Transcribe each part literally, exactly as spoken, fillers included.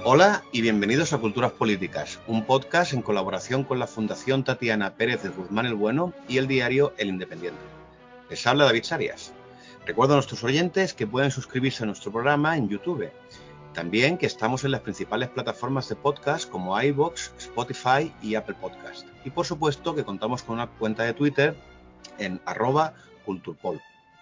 Hola y bienvenidos a Culturas Políticas, un podcast en colaboración con la Fundación Tatiana Pérez de Guzmán el Bueno y el diario El Independiente. Les habla David Sarias. Recuerdo a nuestros oyentes que pueden suscribirse a nuestro programa en YouTube. También que estamos en las principales plataformas de podcast como iVoox, Spotify y Apple Podcast. Y por supuesto que contamos con una cuenta de Twitter en arroba culturpol.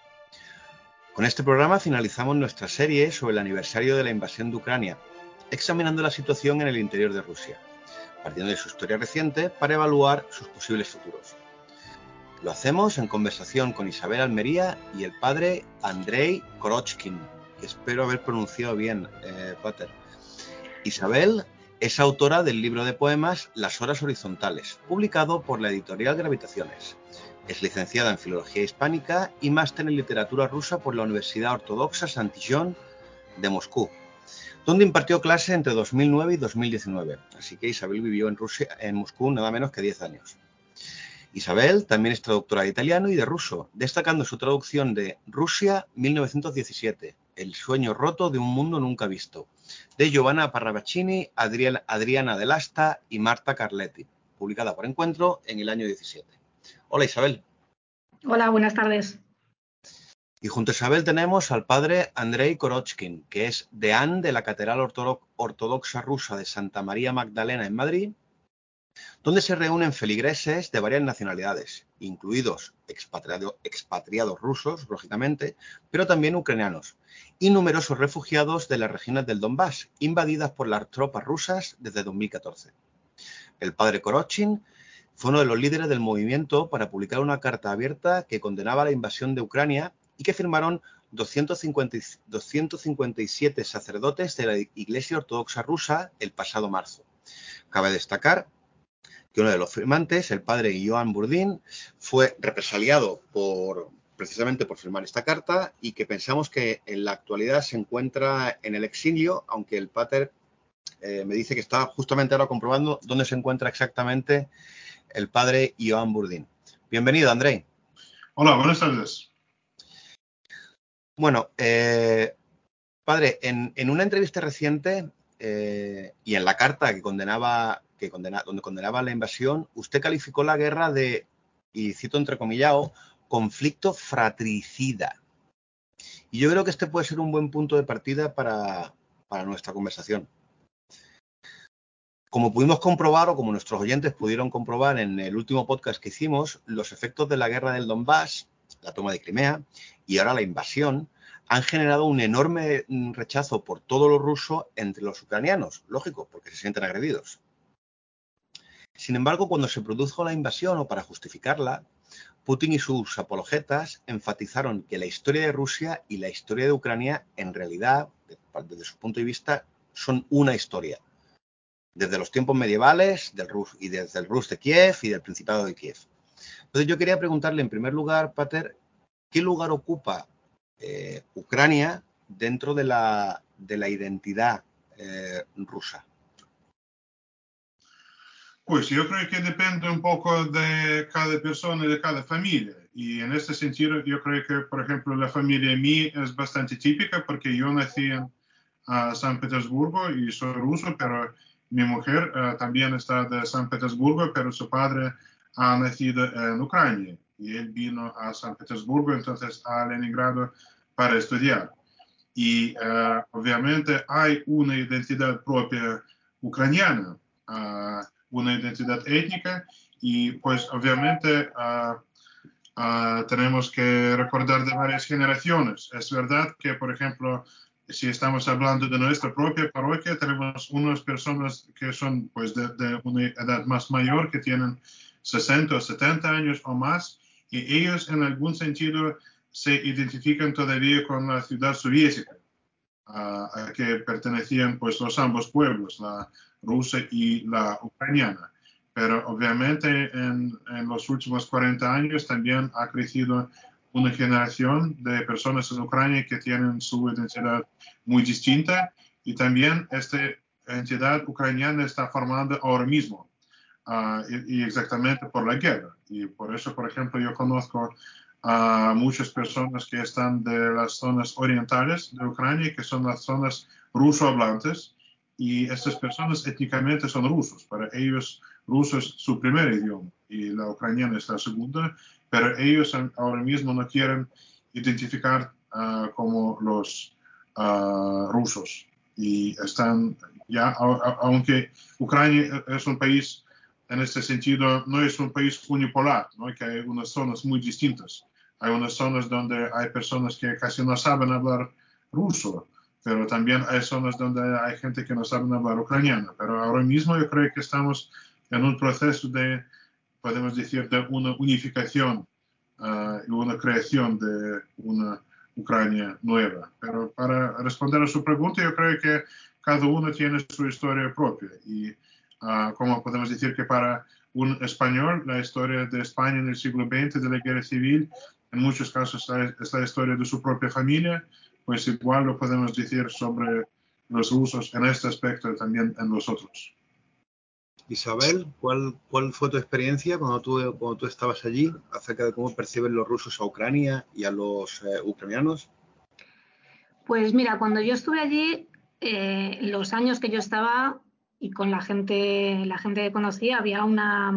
Con este programa finalizamos nuestra serie sobre el aniversario de la invasión de Ucrania, examinando la situación en el interior de Rusia, partiendo de su historia reciente para evaluar sus posibles futuros. Lo hacemos en conversación con Isabel Almería y el padre Andrei Korochkin, que espero haber pronunciado bien, eh, Pater. Isabel es autora del libro de poemas Las Horas Horizontales, publicado por la editorial Gravitaciones. Es licenciada en Filología Hispánica y máster en Literatura Rusa por la Universidad Ortodoxa Santillón de Moscú, donde impartió clase entre dos mil nueve y dos mil diecinueve. Así que Isabel vivió en, Rusia, en Moscú nada menos que diez años. Isabel también es traductora de italiano y de ruso, destacando su traducción de Rusia mil novecientos diecisiete, El sueño roto de un mundo nunca visto, de Giovanna Parravicini, Adriana, Adriana Del Asta y Marta Carletti, publicada por Encuentro en el año diecisiete. Hola Isabel. Hola, buenas tardes. Y junto a Isabel tenemos al padre Andrei Korochkin, que es deán de la Catedral Ortodoxa Rusa de Santa María Magdalena en Madrid, donde se reúnen feligreses de varias nacionalidades, incluidos expatriado, expatriados rusos, lógicamente, pero también ucranianos, y numerosos refugiados de las regiones del Donbass, invadidas por las tropas rusas desde dos mil catorce. El padre Korochkin fue uno de los líderes del movimiento para publicar una carta abierta que condenaba la invasión de Ucrania y que firmaron doscientos cincuenta y siete sacerdotes de la Iglesia Ortodoxa Rusa el pasado marzo. Cabe destacar que uno de los firmantes, el padre Ioan Burdin, fue represaliado por, precisamente por firmar esta carta y que pensamos que en la actualidad se encuentra en el exilio, aunque el pater eh, me dice que está justamente ahora comprobando dónde se encuentra exactamente el padre Ioan Burdin. Bienvenido, Andrei. Hola, buenas tardes. Bueno, eh, padre, en, en una entrevista reciente eh, y en la carta que condenaba, que condena, donde condenaba la invasión, usted calificó la guerra de, y cito entrecomillado, conflicto fratricida. Y yo creo que este puede ser un buen punto de partida para, para nuestra conversación. Como pudimos comprobar, o como nuestros oyentes pudieron comprobar en el último podcast que hicimos, los efectos de la guerra del Donbass, la toma de Crimea y ahora la invasión, han generado un enorme rechazo por todo lo ruso entre los ucranianos, lógico, porque se sienten agredidos. Sin embargo, cuando se produjo la invasión o para justificarla, Putin y sus apologetas enfatizaron que la historia de Rusia y la historia de Ucrania, en realidad, desde su punto de vista, son una historia. Desde los tiempos medievales del Rus y desde el Rus de Kiev y del Principado de Kiev. Entonces yo quería preguntarle en primer lugar, Pater, ¿qué lugar ocupa eh, Ucrania dentro de la, de la identidad eh, rusa? Pues yo creo que depende un poco de cada persona y de cada familia. Y en este sentido yo creo que, por ejemplo, la familia mía es bastante típica porque yo nací en uh, San Petersburgo y soy ruso, pero mi mujer uh, también está de San Petersburgo, pero su padre ha nacido en Ucrania. Y él vino a San Petersburgo, entonces a Leningrado para estudiar. Y uh, obviamente hay una identidad propia ucraniana, uh, una identidad étnica, y pues obviamente uh, uh, tenemos que recordar de varias generaciones. Es verdad que, por ejemplo, si estamos hablando de nuestra propia parroquia, tenemos unas personas que son pues de, de una edad más mayor, que tienen sesenta o setenta años o más, y ellos en algún sentido se identifican todavía con la ciudad soviética, a, a que pertenecían pues los ambos pueblos, la rusa y la ucraniana. Pero obviamente en, en los últimos cuarenta años también ha crecido una generación de personas en Ucrania que tienen su identidad muy distinta, y también esta entidad ucraniana está formando ahora mismo, uh, y, y exactamente por la guerra. Y por eso, por ejemplo, yo conozco a muchas personas que están de las zonas orientales de Ucrania, que son las zonas ruso hablantes, y estas personas étnicamente son rusos. Para ellos, ruso es su primer idioma y la ucraniana es la segunda, pero ellos ahora mismo no quieren identificar uh, como los uh, rusos. Y están ya, a, a, aunque Ucrania es un país, en este sentido, no es un país unipolar, ¿no? Que hay unas zonas muy distintas. Hay unas zonas donde hay personas que casi no saben hablar ruso, pero también hay zonas donde hay gente que no sabe hablar ucraniano. Pero ahora mismo yo creo que estamos en un proceso de, podemos decir, de una unificación uh, y una creación de una Ucrania nueva. Pero para responder a su pregunta, yo creo que cada uno tiene su historia propia. Y uh, como podemos decir que para un español, la historia de España en el siglo veinte, de la guerra civil, en muchos casos es la historia de su propia familia, pues igual lo podemos decir sobre los rusos en este aspecto también en los otros. Isabel, ¿cuál, cuál fue tu experiencia cuando tú, cuando tú estabas allí acerca de cómo perciben los rusos a Ucrania y a los eh, ucranianos? Pues mira, cuando yo estuve allí, eh, los años que yo estaba y con la gente, la gente que conocía, había una...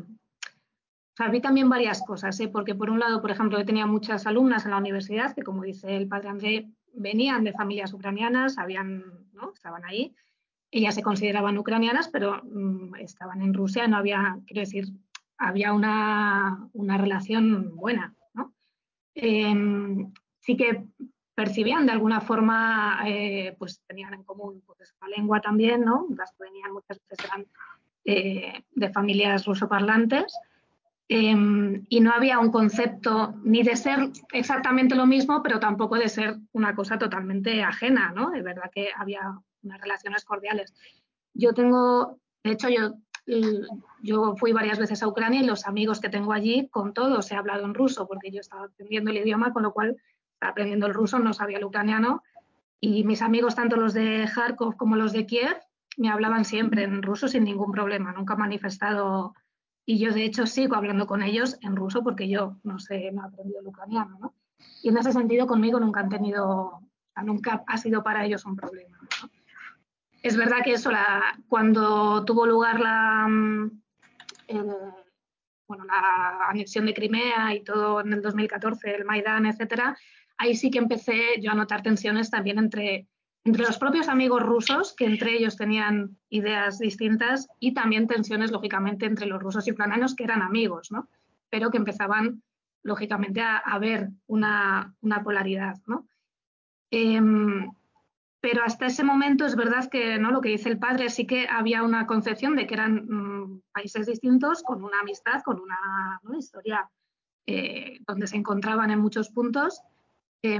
O sea, vi también varias cosas, ¿eh? Porque por un lado, por ejemplo, yo tenía muchas alumnas en la universidad que, como dice el padre André, venían de familias ucranianas, habían, ¿no? Estaban ahí. Ellas se consideraban ucranianas, pero mmm, estaban en Rusia, no había, quiero decir, había una, una relación buena, ¿no? Eh, sí que percibían de alguna forma, eh, pues tenían en común pues, la lengua también, ¿no? Las que venían muchas veces eran eh, de familias rusoparlantes. Eh, y no había un concepto ni de ser exactamente lo mismo, pero tampoco de ser una cosa totalmente ajena, ¿no? Es verdad que había unas relaciones cordiales. Yo tengo, de hecho, yo, yo fui varias veces a Ucrania y los amigos que tengo allí, con todos he hablado en ruso, porque yo estaba aprendiendo el idioma, con lo cual estaba aprendiendo el ruso, no sabía el ucraniano, y mis amigos, tanto los de Kharkov como los de Kiev, me hablaban siempre en ruso sin ningún problema, nunca he manifestado. Y yo, de hecho, sigo hablando con ellos en ruso porque yo no sé, no he aprendido el ucraniano, ¿no? Y en ese sentido, conmigo nunca han tenido, o sea, nunca ha sido para ellos un problema, ¿no? Es verdad que eso, la, cuando tuvo lugar la, el, bueno, la anexión de Crimea y todo en el dos mil catorce, el Maidán, etcétera, ahí sí que empecé yo a notar tensiones también entre entre los propios amigos rusos, que entre ellos tenían ideas distintas, y también tensiones, lógicamente, entre los rusos y ucranianos, que eran amigos, ¿no? Pero que empezaban, lógicamente, a, a ver una, una polaridad, ¿no? Eh, pero hasta ese momento es verdad que, ¿no? Lo que dice el padre, sí que había una concepción de que eran mmm, países distintos, con una amistad, con una, ¿no? historia eh, donde se encontraban en muchos puntos, eh,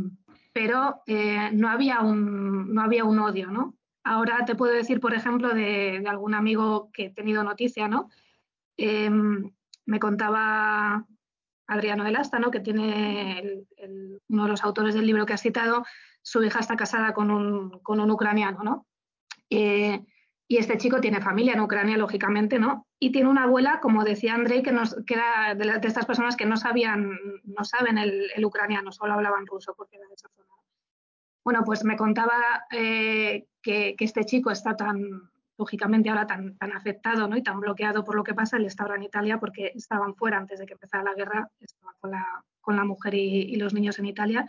pero eh, no, había un, no había un odio, ¿no? Ahora te puedo decir, por ejemplo, de, de algún amigo que he tenido noticia, ¿no? Eh, me contaba Adriano del Asta, ¿no? Que tiene el, el, uno de los autores del libro que has citado, su hija está casada con un, con un ucraniano, ¿no? Eh, y este chico tiene familia en Ucrania, lógicamente, ¿no? Y tiene una abuela, como decía Andrei, que, nos, que era de, la, de estas personas que no sabían, no saben el, el ucraniano, solo hablaban ruso porque era de esa zona. Bueno, pues me contaba eh, que, que este chico está tan, lógicamente ahora tan, tan afectado, ¿no? Y tan bloqueado por lo que pasa. Él está ahora en Italia porque estaban fuera antes de que empezara la guerra, estaba con la, con la mujer y, y los niños en Italia.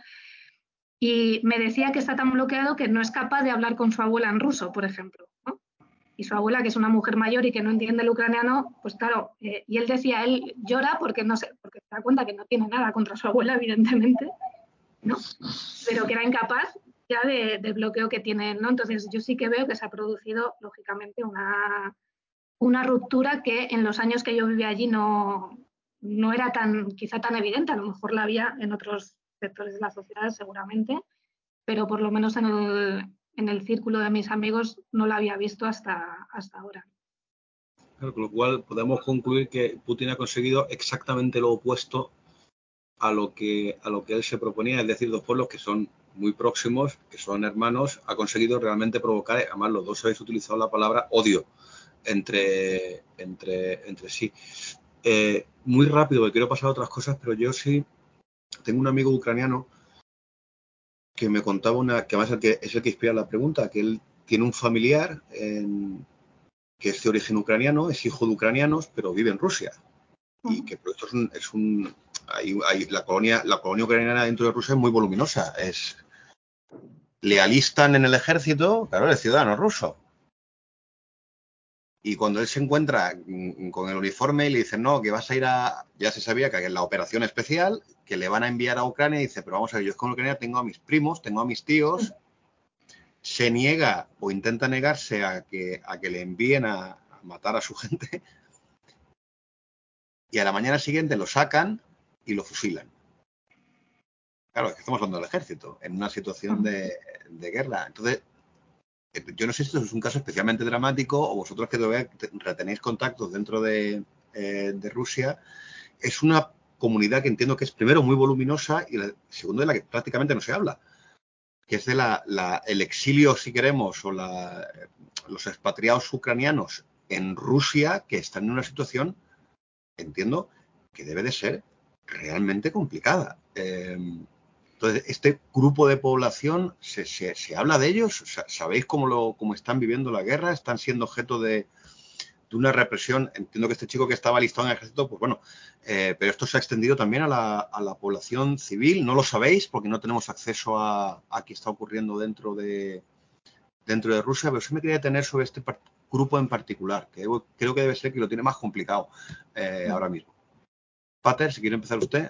Y me decía que está tan bloqueado que no es capaz de hablar con su abuela en ruso, por ejemplo, ¿no? Y su abuela, que es una mujer mayor y que no entiende el ucraniano, pues claro, eh, y él decía, él llora porque no sé, porque se da cuenta que no tiene nada contra su abuela, evidentemente, ¿no? Pero que era incapaz ya de, de bloqueo que tiene, ¿no? Entonces yo sí que veo que se ha producido, lógicamente, una, una ruptura que en los años que yo vivía allí no, no era tan, quizá tan evidente, a lo mejor la había en otros sectores de la sociedad seguramente, pero por lo menos en el, en el círculo de mis amigos no la había visto hasta, hasta ahora. Claro, con lo cual podemos concluir que Putin ha conseguido exactamente lo opuesto a lo que a lo que él se proponía, es decir, dos pueblos que son muy próximos, que son hermanos, ha conseguido realmente provocar, además los dos habéis utilizado la palabra odio entre, entre, entre sí. Eh, muy rápido, porque quiero pasar a otras cosas, pero yo sí tengo un amigo ucraniano que me contaba una, que además es el que, es el que inspira la pregunta, que él tiene un familiar en, que es de origen ucraniano, es hijo de ucranianos, pero vive en Rusia. Y que esto es un... Es un hay, hay, la, colonia, la colonia ucraniana dentro de Rusia es muy voluminosa. Es, le alistan en el ejército, claro, es ciudadano ruso. Y cuando él se encuentra con el uniforme y le dicen, no, que vas a ir a... Ya se sabía que en la operación especial, que le van a enviar a Ucrania, y dice, pero vamos a ver, yo con Ucrania tengo a mis primos, tengo a mis tíos. Se niega o intenta negarse a que, a que le envíen a, a matar a su gente. Y a la mañana siguiente lo sacan y lo fusilan. Claro, es que estamos hablando del ejército, en una situación de, de guerra. Entonces, yo no sé si esto es un caso especialmente dramático o vosotros que todavía retenéis contactos dentro de, eh, de Rusia. Es una comunidad que entiendo que es, primero, muy voluminosa y, la, segundo, de la que prácticamente no se habla, que es de la, la, el exilio, si queremos, o la, los expatriados ucranianos en Rusia, que están en una situación, entiendo, que debe de ser realmente complicada. Eh, entonces, este grupo de población, ¿se, se, se habla de ellos? ¿Sabéis cómo, lo, cómo están viviendo la guerra? ¿Están siendo objeto de, de una represión? Entiendo que este chico que estaba listado en el ejército, pues bueno, eh, pero esto se ha extendido también a la, a la población civil. No lo sabéis porque no tenemos acceso a, a qué está ocurriendo dentro de, dentro de Rusia, pero sí me quería detener sobre este grupo en particular, que creo que debe ser que lo tiene más complicado eh, ahora mismo. Pater, si quiere empezar usted.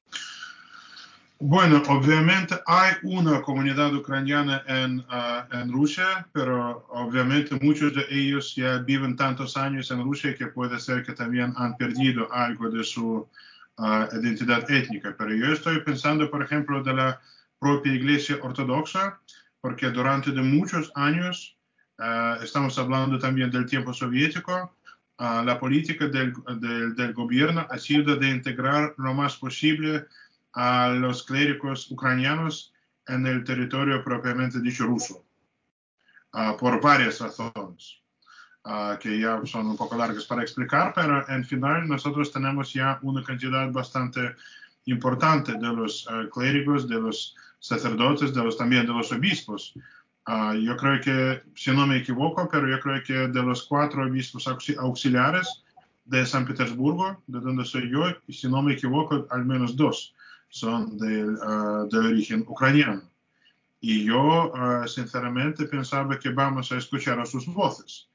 Bueno, obviamente hay una comunidad ucraniana en, uh, en Rusia, pero obviamente muchos de ellos ya viven tantos años en Rusia que puede ser que también han perdido algo de su uh, identidad étnica. Pero yo estoy pensando, por ejemplo, de la propia Iglesia Ortodoxa, porque durante de muchos años, uh, estamos hablando también del tiempo soviético, uh, la política del, del, del gobierno ha sido de integrar lo más posible a los clérigos ucranianos en el territorio propiamente dicho ruso, uh, por varias razones, uh, que ya son un poco largas para explicar, pero en final nosotros tenemos ya una cantidad bastante importante de los uh, clérigos, de los sacerdotes, de los, también de los obispos. Uh, yo creo que, si no me equivoco, pero yo creo que de los cuatro obispos auxiliares de San Petersburgo, de donde soy yo, y si no me equivoco, al menos dos son de, uh, de origen ucraniano. Y yo, uh, sinceramente, pensaba que vamos a escuchar a sus voces,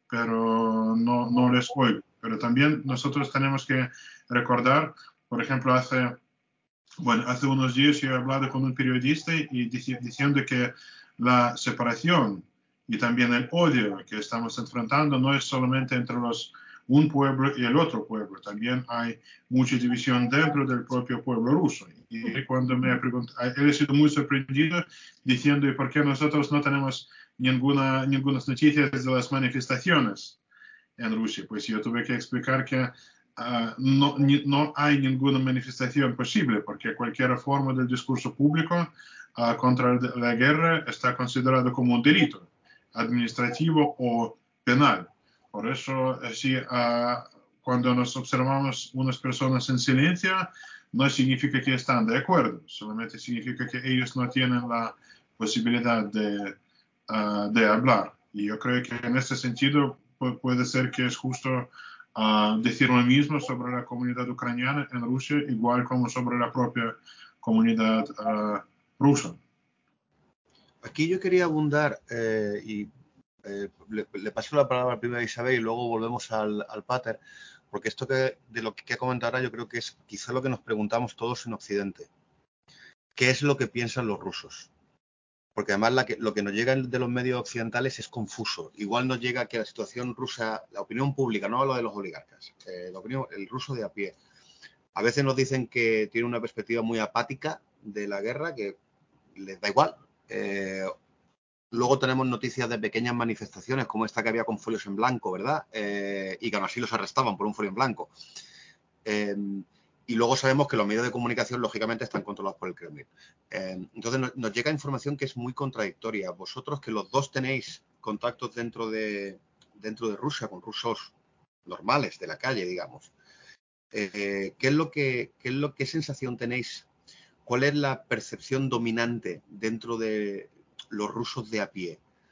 pero no, no les oigo. Pero también nosotros tenemos que recordar, por ejemplo, hace, bueno, hace unos días yo he hablado con un periodista y dic diciendo que la separación y también el odio que estamos enfrentando no es solamente entre los un pueblo y el otro pueblo. También hay mucha división dentro del propio pueblo ruso. Y cuando me he preguntado, he sido muy sorprendido diciendo, ¿y por qué nosotros no tenemos ninguna, ninguna noticias de las manifestaciones en Rusia? Pues yo tuve que explicar que uh, no, ni, no hay ninguna manifestación posible, porque cualquier forma del discurso público uh, contra la guerra está considerado como un delito administrativo o penal. Por eso, si, uh, cuando nos observamos unas personas en silencio, no significa que están de acuerdo, solamente significa que ellos no tienen la posibilidad de, uh, de hablar. Y yo creo que en este sentido pu puede ser que es justo uh, decir lo mismo sobre la comunidad ucraniana en Rusia, igual como sobre la propia comunidad uh, rusa. Aquí yo quería abundar eh, y Eh, le, le paso la palabra primero a Isabel y luego volvemos al, al Pater, porque esto que, de lo que he comentado ahora yo creo que es quizá lo que nos preguntamos todos en Occidente. ¿Qué es lo que piensan los rusos? Porque además la que, lo que nos llega de los medios occidentales es confuso. Igual nos llega que la situación rusa, la opinión pública, no hablo de los oligarcas, eh, la opinión, el ruso de a pie, a veces nos dicen que tiene una perspectiva muy apática de la guerra, que les da igual. Eh, Luego tenemos noticias de pequeñas manifestaciones, como esta que había con folios en blanco, ¿verdad? Eh, y que aún así los arrestaban por un folio en blanco. Eh, y luego sabemos que los medios de comunicación, lógicamente, están controlados por el Kremlin. Eh, entonces, nos, nos llega información que es muy contradictoria. Vosotros, que los dos tenéis contactos dentro de, dentro de Rusia, con rusos normales, de la calle, digamos, eh, ¿qué es lo que, qué es lo, qué sensación tenéis? ¿Cuál es la percepción dominante dentro de los rusos de a pie?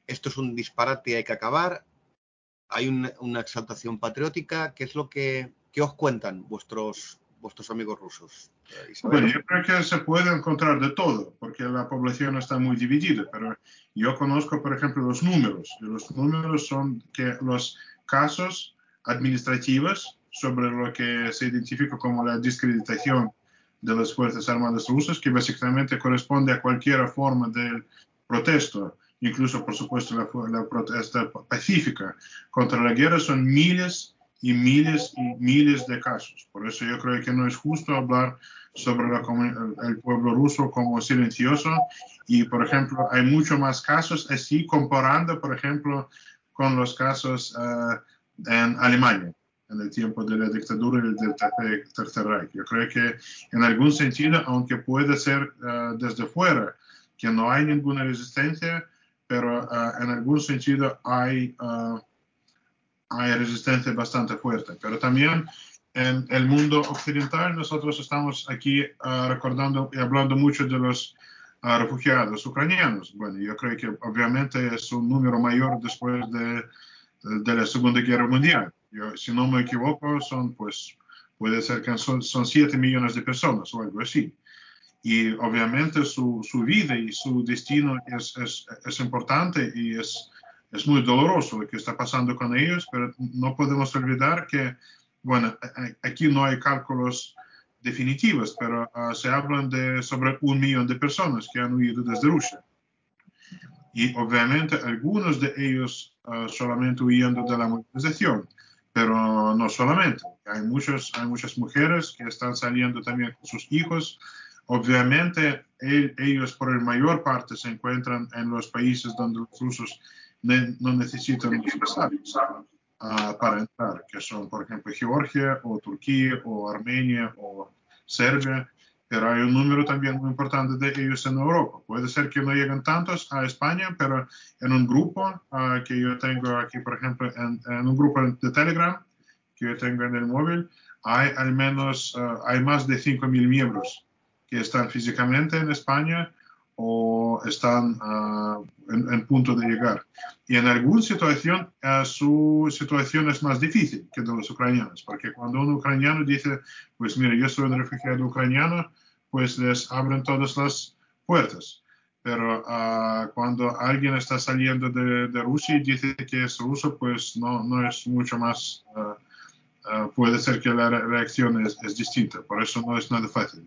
esto es un disparate y hay que acabar? ¿Hay una, una exaltación patriótica? ¿Qué es lo que, que os cuentan vuestros, vuestros amigos rusos? Bueno, yo creo que se puede encontrar de todo, porque la población está muy dividida, pero yo conozco, por ejemplo, los números. Y los números son que los casos administrativos sobre lo que se identifica como la discreditación de las Fuerzas Armadas rusas, que básicamente corresponde a cualquier forma de protesto, incluso, por supuesto, la, la protesta pacífica contra la guerra, son miles y miles y miles de casos. Por eso yo creo que no es justo hablar sobre la, el pueblo ruso como silencioso. Y, por ejemplo, hay mucho más casos así, comparando, por ejemplo, con los casos uh, en Alemania, en el tiempo de la dictadura y del Tercer Reich. Yo creo que en algún sentido, aunque puede ser uh, desde fuera, que no hay ninguna resistencia, pero uh, en algún sentido hay, uh, hay resistencia bastante fuerte. Pero también en el mundo occidental nosotros estamos aquí uh, recordando y hablando mucho de los uh, refugiados ucranianos. Bueno, yo creo que obviamente es un número mayor después de, de la Segunda Guerra Mundial. Yo, si no me equivoco, son, pues, puede ser que son, son siete millones de personas o algo así. Y obviamente su, su vida y su destino es, es, es importante y es, es muy doloroso lo que está pasando con ellos, pero no podemos olvidar que, bueno, aquí no hay cálculos definitivos, pero uh, se hablan de sobre un millón de personas que han huido desde Rusia. Y obviamente algunos de ellos uh, solamente huyendo de la movilización, pero no solamente. Hay, muchos, hay muchas mujeres que están saliendo también con sus hijos. Obviamente el, ellos por la mayor parte se encuentran en los países donde los rusos ne, no necesitan los pasajes uh, para entrar, que son por ejemplo Georgia o Turquía o Armenia o Serbia, pero hay un número también muy importante de ellos en Europa. Puede ser que no lleguen tantos a España, pero en un grupo uh, que yo tengo aquí, por ejemplo, en, en un grupo de Telegram que yo tengo en el móvil, hay al menos uh, hay más de cinco mil miembros que están físicamente en España o están uh, en, en punto de llegar. Y en alguna situación, uh, su situación es más difícil que de los ucranianos, porque cuando un ucraniano dice, pues mira, yo soy un refugiado ucraniano, pues les abren todas las puertas. Pero uh, cuando alguien está saliendo de, de Rusia y dice que es ruso, pues no, no es mucho más, uh, uh, puede ser que la reacción es, es distinta, por eso no es nada fácil.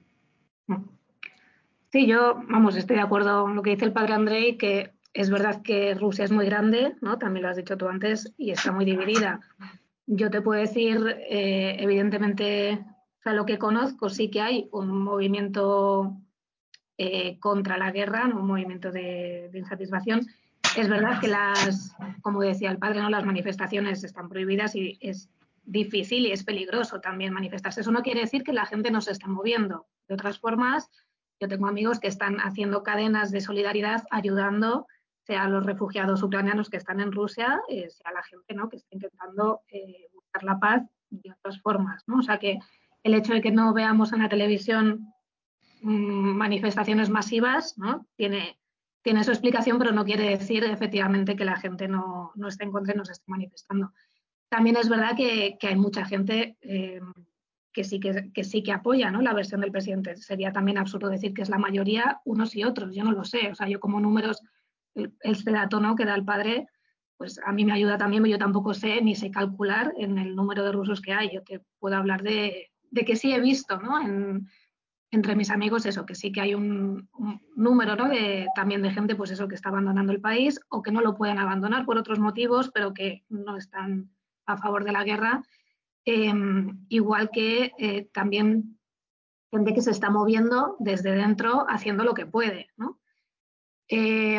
Sí, yo, vamos, estoy de acuerdo con lo que dice el padre Andrei, que es verdad que Rusia es muy grande, ¿no? También lo has dicho tú antes, y está muy dividida. Yo te puedo decir, eh, evidentemente, o sea, lo que conozco, sí que hay un movimiento eh, contra la guerra, ¿no? Un movimiento de, de insatisfacción. Es verdad que las, como decía el padre, ¿no? Las manifestaciones están prohibidas y es difícil y es peligroso también manifestarse. Eso no quiere decir que la gente no se esté moviendo. De otras formas, yo tengo amigos que están haciendo cadenas de solidaridad ayudando, sea a los refugiados ucranianos que están en Rusia, eh, sea a la gente, ¿no? Que está intentando eh, buscar la paz de otras formas, ¿no? O sea que el hecho de que no veamos en la televisión mmm, manifestaciones masivas, ¿no? Tiene, tiene su explicación, pero no quiere decir efectivamente que la gente no, no esté en contra y no se esté manifestando. También es verdad que, que hay mucha gente eh, que sí que, que sí que apoya, ¿no? La versión del presidente. Sería también absurdo decir que es la mayoría, unos y otros. Yo no lo sé. O sea, yo como números, el, este dato, ¿no? que da el padre, pues a mí me ayuda también, pero yo tampoco sé ni sé calcular en el número de rusos que hay. Yo te puedo hablar de, de que sí he visto, ¿no? En, entre mis amigos eso, que sí que hay un, un número, ¿no? de, también de gente, pues eso, que está abandonando el país o que no lo pueden abandonar por otros motivos, pero que no están a favor de la guerra. Eh, igual que eh, también gente que se está moviendo desde dentro haciendo lo que puede, ¿no? Eh,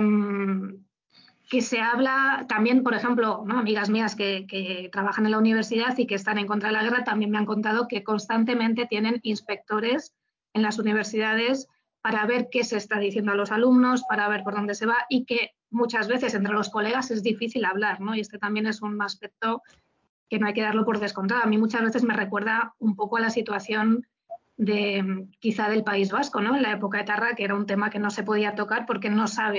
que se habla también, por ejemplo, ¿no? amigas mías que, que trabajan en la universidad y que están en contra de la guerra también me han contado que constantemente tienen inspectores en las universidades para ver qué se está diciendo a los alumnos, para ver por dónde se va y que muchas veces entre los colegas es difícil hablar, ¿no? Y este también es un aspecto que no hay que darlo por descontado. A mí muchas veces me recuerda un poco a la situación de quizá del País Vasco, ¿no? En la época etarra, que era un tema que no se podía tocar porque no sabes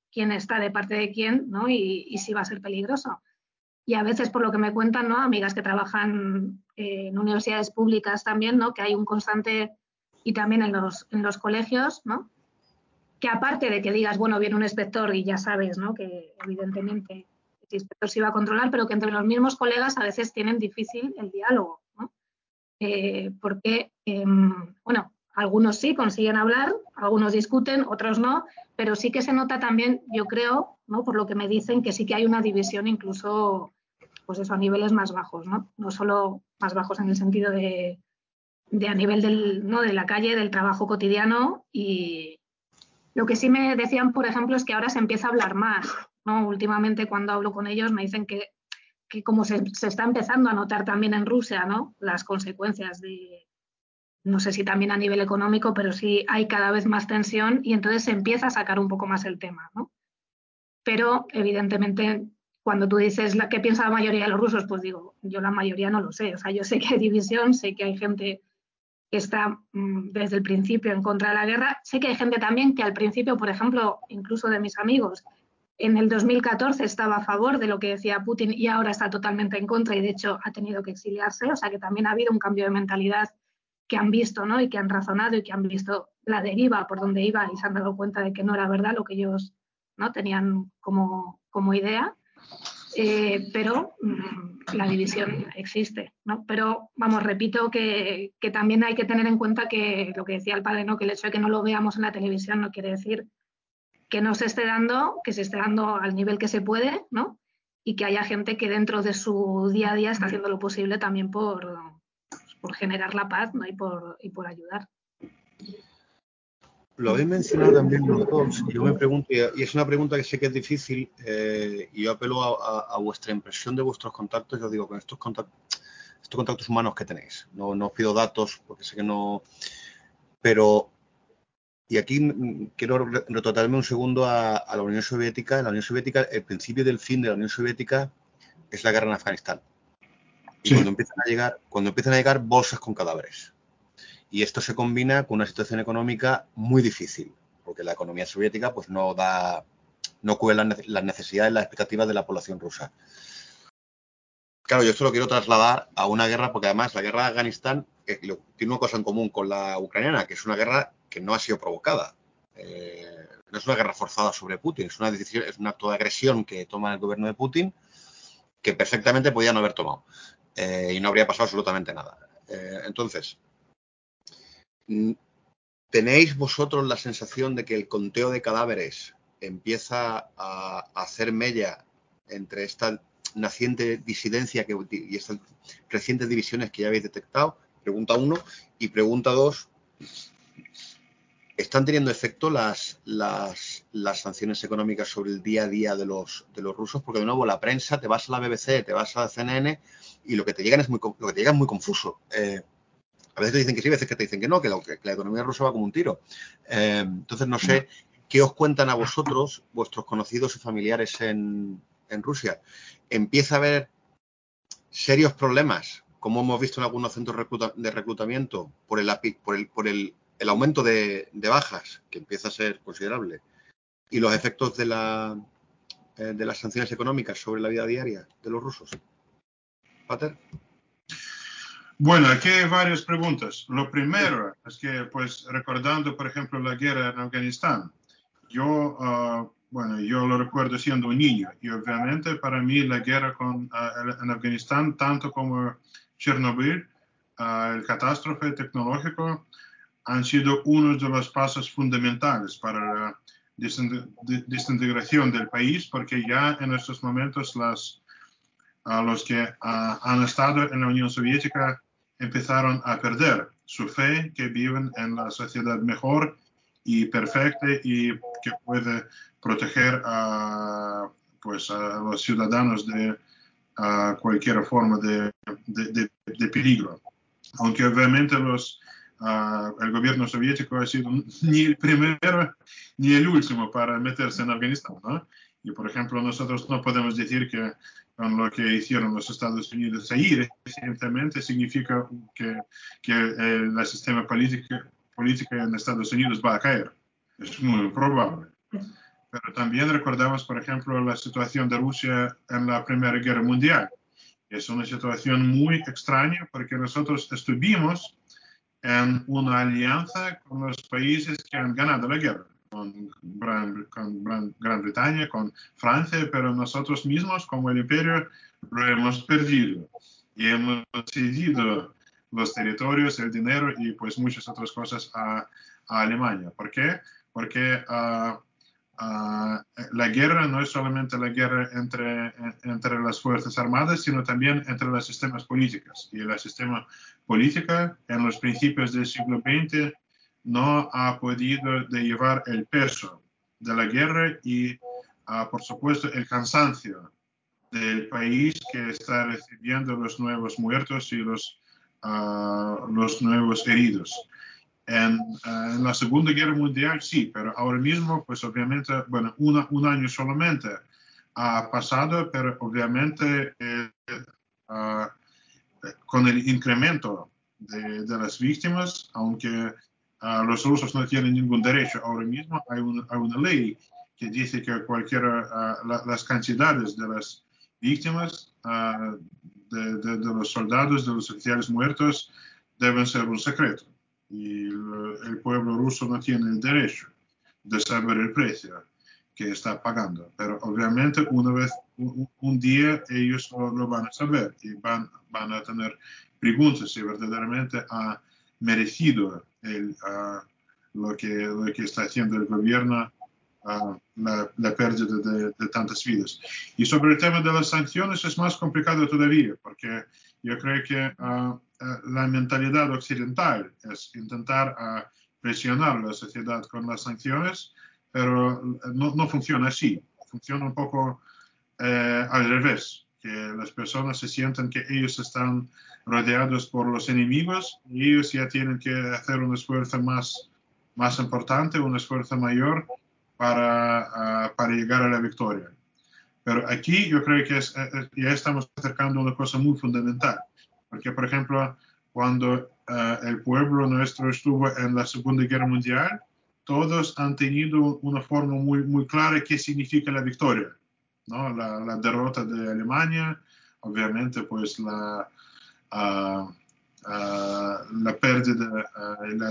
quién está de parte de quién, ¿no? Y, y si va a ser peligroso. Y a veces, por lo que me cuentan, ¿no? Amigas que trabajan eh, en universidades públicas también, ¿no? Que hay un constante, y también en los, en los colegios, ¿no? Que aparte de que digas, bueno, viene un inspector y ya sabes, ¿no? Que evidentemente el inspector se iba a controlar, pero que entre los mismos colegas a veces tienen difícil el diálogo, ¿no? Eh, porque, eh, bueno, algunos sí consiguen hablar, algunos discuten, otros no, pero sí que se nota también, yo creo, ¿no? Por lo que me dicen, que sí que hay una división incluso, pues eso, a niveles más bajos, ¿no? No solo más bajos en el sentido de, de a nivel del, ¿no? de la calle, del trabajo cotidiano. Y lo que sí me decían, por ejemplo, es que ahora se empieza a hablar más, ¿no? Últimamente cuando hablo con ellos me dicen que que como se, se está empezando a notar también en Rusia, ¿no? Las consecuencias de, no sé si también a nivel económico, pero sí hay cada vez más tensión y entonces se empieza a sacar un poco más el tema, ¿no? Pero evidentemente cuando tú dices la, qué piensa la mayoría de los rusos, pues digo, yo la mayoría no lo sé. O sea, yo sé que hay división, sé que hay gente que está mmm, desde el principio en contra de la guerra. Sé que hay gente también que al principio, por ejemplo, incluso de mis amigos, en el dos mil catorce estaba a favor de lo que decía Putin y ahora está totalmente en contra y de hecho ha tenido que exiliarse. O sea que también ha habido un cambio de mentalidad que han visto, ¿no? Y que han razonado y que han visto la deriva por donde iba y se han dado cuenta de que no era verdad lo que ellos, ¿no? tenían como, como idea. Eh, pero mmm, la división existe, ¿no? Pero, vamos, repito que, que también hay que tener en cuenta que lo que decía el padre, ¿no? Que el hecho de que no lo veamos en la televisión no quiere decir que no se esté dando, que se esté dando al nivel que se puede, ¿no? Y que haya gente que dentro de su día a día está haciendo lo posible también por, por generar la paz, ¿no? Y por, y por ayudar. Lo habéis mencionado también los dos, y yo me pregunto, y es una pregunta que sé que es difícil, eh, y yo apelo a, a, a vuestra impresión de vuestros contactos. Yo digo, con estos contactos, estos contactos humanos que tenéis, no, no os pido datos porque sé que no, pero, y aquí quiero retrotraerme un segundo a, a la Unión Soviética. En la Unión Soviética, el principio del fin de la Unión Soviética es la guerra en Afganistán. Y sí. cuando empiezan a llegar, cuando empiezan a llegar bolsas con cadáveres. Y esto se combina con una situación económica muy difícil, porque la economía soviética pues no da, no cubre las necesidades, las expectativas de la población rusa. Claro, yo esto lo quiero trasladar a una guerra, porque además la guerra de Afganistán eh, tiene una cosa en común con la ucraniana, que es una guerra que no ha sido provocada. Eh, no es una guerra forzada sobre Putin, es una decisión, es un acto de agresión que toma el gobierno de Putin, que perfectamente podía no haber tomado. Eh, y no habría pasado absolutamente nada. Eh, entonces, ¿tenéis vosotros la sensación de que el conteo de cadáveres empieza a hacer mella entre esta naciente disidencia que, y estas recientes divisiones que ya habéis detectado? Pregunta uno. Y pregunta dos, ¿están teniendo efecto las, las, las sanciones económicas sobre el día a día de los, de los rusos? Porque de nuevo la prensa, te vas a la B B C, te vas a la C N N y lo que te llega es muy, lo que te llega es muy confuso. Eh, A veces te dicen que sí, a veces que te dicen que no, que la, que la economía rusa va como un tiro. Eh, entonces, no sé qué os cuentan a vosotros, vuestros conocidos y familiares en, en Rusia. ¿Empieza a haber serios problemas, como hemos visto en algunos centros recluta, de reclutamiento, por el, por el, por el, el aumento de, de bajas, que empieza a ser considerable, y los efectos de, la, eh, de las sanciones económicas sobre la vida diaria de los rusos? ¿Pater? Bueno, aquí hay varias preguntas. Lo primero es que, pues, recordando, por ejemplo, la guerra en Afganistán, yo, uh, bueno, yo lo recuerdo siendo un niño y obviamente para mí la guerra con, uh, en Afganistán, tanto como Chernobyl, uh, el catástrofe tecnológico, han sido uno de los pasos fundamentales para la desintegración del país, porque ya en estos momentos las, uh, los que uh, han estado en la Unión Soviética empezaron a perder su fe que viven en la sociedad mejor y perfecta y que puede proteger a, pues, a los ciudadanos de a cualquier forma de, de, de, de peligro. Aunque obviamente los, uh, el gobierno soviético ha sido ni el primero ni el último para meterse en Afganistán, ¿no? Y por ejemplo, nosotros no podemos decir que con lo que hicieron los Estados Unidos ahí recientemente significa que, que el, el sistema político, político en Estados Unidos va a caer. Es muy probable. pero también recordamos, por ejemplo, la situación de Rusia en la Primera Guerra Mundial. Es una situación muy extraña porque nosotros estuvimos en una alianza con los países que han ganado la guerra, con Gran, con Gran, Gran Bretaña, con Francia, pero nosotros mismos, como el imperio, lo hemos perdido y hemos cedido los territorios, el dinero y pues muchas otras cosas a, a Alemania. ¿Por qué? Porque uh, Uh, la guerra no es solamente la guerra entre, entre las Fuerzas Armadas, sino también entre los sistemas políticos. Y el sistema político en los principios del siglo veinte no ha podido de llevar el peso de la guerra y, uh, por supuesto, el cansancio del país que está recibiendo los nuevos muertos y los, uh, los nuevos heridos. En, uh, en la Segunda Guerra Mundial sí, pero ahora mismo, pues obviamente, bueno, una, un año solamente ha pasado, pero obviamente eh, uh, con el incremento de, de las víctimas, aunque uh, los rusos no tienen ningún derecho ahora mismo, hay una, hay una ley que dice que cualquiera, uh, la, las cantidades de las víctimas, uh, de, de, de los soldados, de los oficiales muertos, deben ser un secreto. Y el pueblo ruso no tiene el derecho de saber el precio que está pagando. Pero obviamente una vez, un, un día ellos lo, lo van a saber y van, van a tener preguntas si verdaderamente ha merecido el, uh, lo, que, lo que está haciendo el gobierno, uh, la, la pérdida de, de tantas vidas. Y sobre el tema de las sanciones es más complicado todavía, porque yo creo que uh, la mentalidad occidental es intentar uh, presionar a la sociedad con las sanciones, pero no, no funciona así. Funciona un poco eh, al revés, que las personas se sienten que ellos están rodeados por los enemigos y ellos ya tienen que hacer un esfuerzo más, más importante, un esfuerzo mayor para, uh, para llegar a la victoria. Pero aquí yo creo que es, eh, ya estamos acercando a una cosa muy fundamental. Porque, por ejemplo, cuando uh, el pueblo nuestro estuvo en la Segunda Guerra Mundial, todos han tenido una forma muy, muy clara de qué significa la victoria, ¿no? La, la derrota de Alemania, obviamente, pues la, uh, uh, la pérdida y uh, la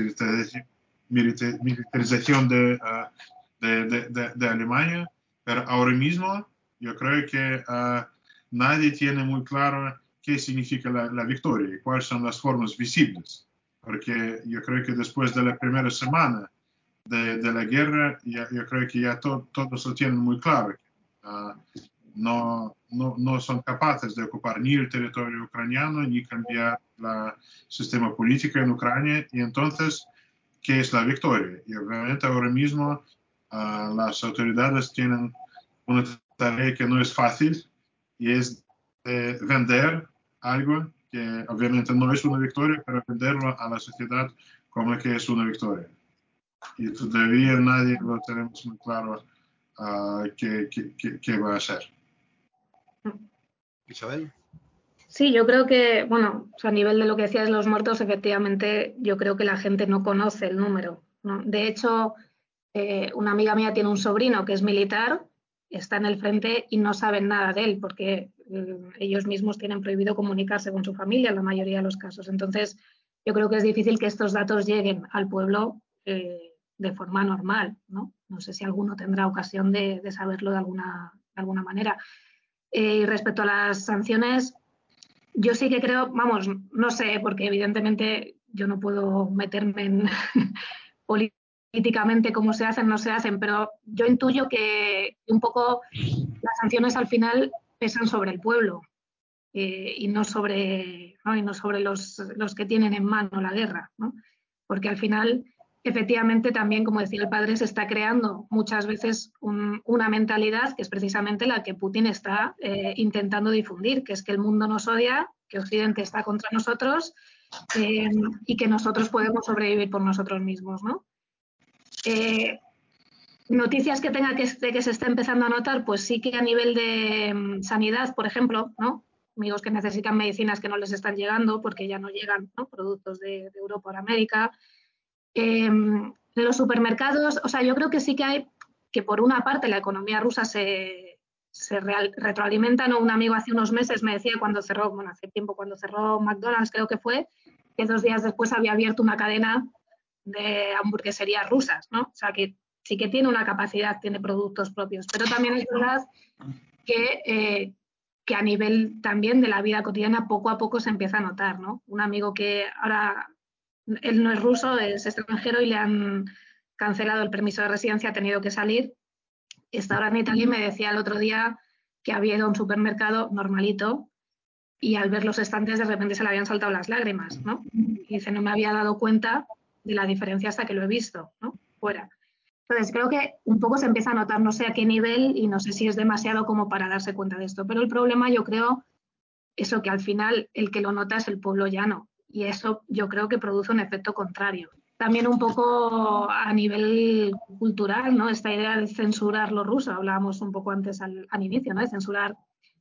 desmilitarización de, uh, de, de, de, de Alemania, pero ahora mismo yo creo que uh, nadie tiene muy claro qué significa la, la victoria y cuáles son las formas visibles, porque yo creo que después de la primera semana de, de la guerra, ya, yo creo que ya to, todos lo tienen muy claro. Uh, no, no, no son capaces de ocupar ni el territorio ucraniano ni cambiar el sistema político en Ucrania, y entonces, ¿qué es la victoria? Y obviamente ahora mismo uh, las autoridades tienen una tarea que no es fácil, y es de vender algo que obviamente no es una victoria, pero venderlo a la sociedad como que es una victoria. Y todavía nadie lo tenemos muy claro uh, qué, qué, qué va a hacer. Isabel. Sí, yo creo que, bueno, o sea, a nivel de lo que decías de los muertos, efectivamente, yo creo que la gente no conoce el número, ¿no? De hecho, eh, una amiga mía tiene un sobrino que es militar, está en el frente y no saben nada de él, porque eh, ellos mismos tienen prohibido comunicarse con su familia en la mayoría de los casos. Entonces, yo creo que es difícil que estos datos lleguen al pueblo eh, de forma normal, ¿no? No sé si alguno tendrá ocasión de, de saberlo de alguna, de alguna manera. Eh, y respecto a las sanciones, yo sí que creo, vamos, no sé, porque evidentemente yo no puedo meterme en políticamente cómo se hacen, no se hacen, pero yo intuyo que un poco las sanciones al final pesan sobre el pueblo eh, y no sobre, ¿no? Y no sobre los, los que tienen en mano la guerra, ¿no? Porque al final, efectivamente, también, como decía el padre, se está creando muchas veces un, una mentalidad que es precisamente la que Putin está eh, intentando difundir, que es que el mundo nos odia, que Occidente está contra nosotros eh, y que nosotros podemos sobrevivir por nosotros mismos, ¿no? Eh, noticias que tenga que, de que se está empezando a notar, pues sí que a nivel de um, sanidad, por ejemplo, ¿no? Amigos que necesitan medicinas que no les están llegando porque ya no llegan, ¿no? Productos de, de Europa o América. Eh, en los supermercados, o sea, yo creo que sí que hay que por una parte la economía rusa se, se real, retroalimenta, ¿no? Un amigo hace unos meses me decía cuando cerró, bueno, hace tiempo cuando cerró McDonald's creo que fue, que dos días después había abierto una cadena de hamburgueserías rusas, ¿no? O sea que sí que tiene una capacidad, tiene productos propios, pero también es verdad que, eh, que a nivel también de la vida cotidiana poco a poco se empieza a notar, ¿no? Un amigo que ahora, él no es ruso, es extranjero y le han cancelado el permiso de residencia, ha tenido que salir, está ahora en Italia y me decía el otro día que había ido a un supermercado normalito y al ver los estantes de repente se le habían saltado las lágrimas, ¿no? Y dice, no me había dado cuenta de la diferencia hasta que lo he visto, ¿no? Fuera. Entonces creo que un poco se empieza a notar, no sé a qué nivel y no sé si es demasiado como para darse cuenta de esto, pero el problema yo creo, eso que al final el que lo nota es el pueblo llano y eso yo creo que produce un efecto contrario. También un poco a nivel cultural, ¿no? Esta idea de censurar lo ruso, hablábamos un poco antes al, al inicio, ¿no? De censurar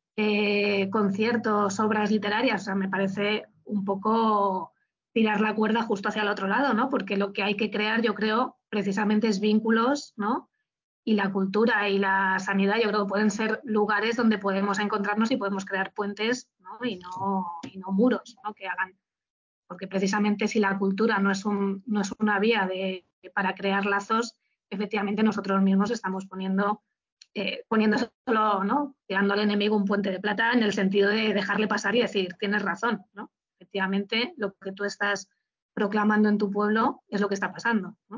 eh, conciertos, obras literarias, o sea, me parece un poco tirar la cuerda justo hacia el otro lado, ¿no? Porque lo que hay que crear, yo creo, precisamente es vínculos, ¿no? Y la cultura y la sanidad, yo creo que pueden ser lugares donde podemos encontrarnos y podemos crear puentes, ¿no? Y no, y no muros, ¿no? Que hagan. Porque precisamente si la cultura no es, un, no es una vía de, para crear lazos, efectivamente nosotros mismos estamos poniendo, eh, poniendo solo, ¿no? Tirando al enemigo un puente de plata en el sentido de dejarle pasar y decir, tienes razón, ¿no? Efectivamente, lo que tú estás proclamando en tu pueblo es lo que está pasando, ¿no?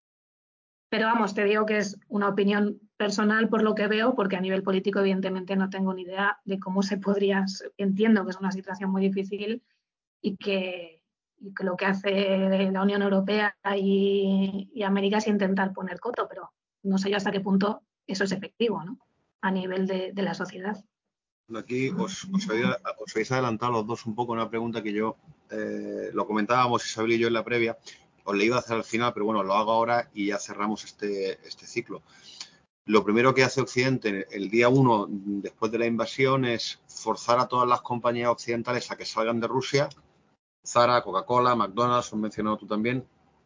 Pero vamos, te digo que es una opinión personal por lo que veo, porque a nivel político evidentemente no tengo ni idea de cómo se podría, entiendo que es una situación muy difícil y que, y que lo que hace la Unión Europea y, y América es intentar poner coto, pero no sé yo hasta qué punto eso es efectivo, ¿no? A nivel de, de la sociedad. Aquí os, os, habéis, os habéis adelantado los dos un poco una pregunta que yo eh, lo comentábamos Isabel y yo en la previa, os le iba a hacer al final, pero bueno, lo hago ahora y ya cerramos este, este ciclo. Lo primero que hace Occidente el día uno después de la invasión es forzar a todas las compañías occidentales a que salgan de Rusia. Zara, Coca-Cola, McDonald's, has mencionado tú también.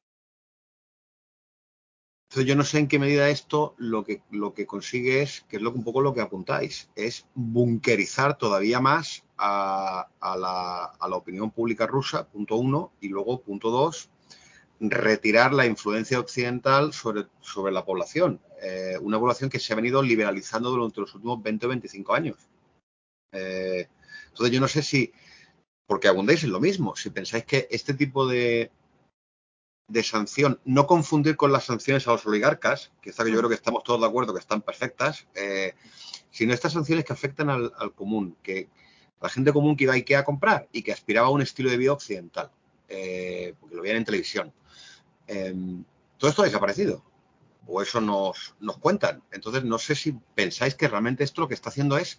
Entonces yo no sé en qué medida esto lo que, lo que consigue es, que es lo, un poco lo que apuntáis, es bunkerizar todavía más a, a, la, a la opinión pública rusa, punto uno, y luego, punto dos, retirar la influencia occidental sobre, sobre la población. Eh, una población que se ha venido liberalizando durante los últimos veinte o veinticinco años. Eh, entonces yo no sé si, porque abundéis en lo mismo, si pensáis que este tipo de, de sanción, no confundir con las sanciones a los oligarcas, que yo creo que estamos todos de acuerdo que están perfectas, eh, sino estas sanciones que afectan al, al común, que la gente común que iba a IKEA a comprar y que aspiraba a un estilo de vida occidental, eh, porque lo veían en televisión. Eh, todo esto ha desaparecido, o eso nos, nos cuentan. Entonces no sé si pensáis que realmente esto lo que está haciendo es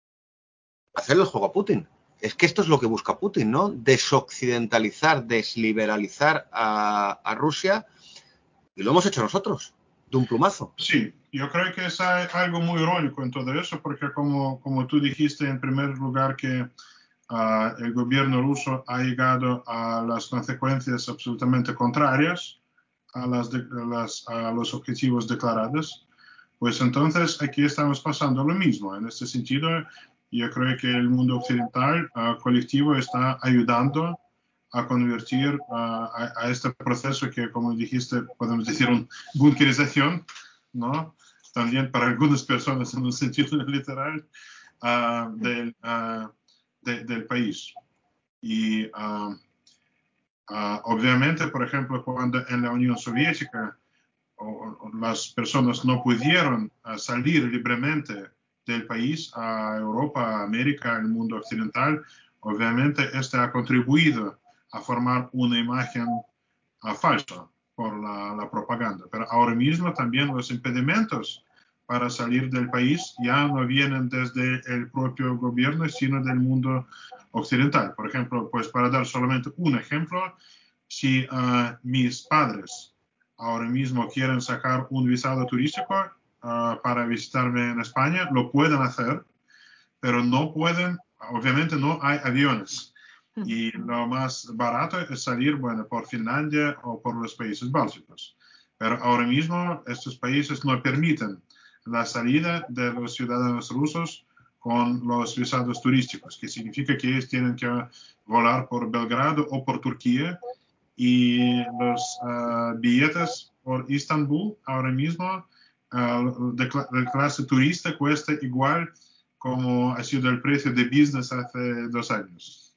hacer el juego a Putin. Es que esto es lo que busca Putin, ¿no? Desoccidentalizar, desliberalizar a, a Rusia, y lo hemos hecho nosotros, de un plumazo. Sí, yo creo que es algo muy irónico en todo eso, porque como, como tú dijiste en primer lugar que uh, el gobierno ruso ha llegado a las consecuencias absolutamente contrarias a, las de, a, las, a los objetivos declarados, pues entonces aquí estamos pasando lo mismo. En este sentido, yo creo que el mundo occidental uh, colectivo está ayudando a convertir uh, a, a este proceso que, como dijiste, podemos decir una bunkerización, ¿no? También para algunas personas en un sentido literal uh, del, uh, de, del país. Y uh, uh, obviamente, por ejemplo, cuando en la Unión Soviética o, o las personas no pudieron uh, salir libremente del país a Europa, a América, al mundo occidental, obviamente este ha contribuido a formar una imagen uh, falsa por la, la propaganda. Pero ahora mismo también los impedimentos para salir del país ya no vienen desde el propio gobierno, sino del mundo occidental. Por ejemplo, pues para dar solamente un ejemplo, si uh, mis padres ahora mismo quieren sacar un visado turístico uh, para visitarme en España, lo pueden hacer, pero no pueden, obviamente no hay aviones. Y lo más barato es salir, bueno, por Finlandia o por los países bálticos. Pero ahora mismo estos países no permiten la salida de los ciudadanos rusos con los visados turísticos, que significa que ellos tienen que volar por Belgrado o por Turquía, y los uh, billetes por Istambul ahora mismo uh, de, de clase turista cuesta igual como ha sido el precio de business hace dos años.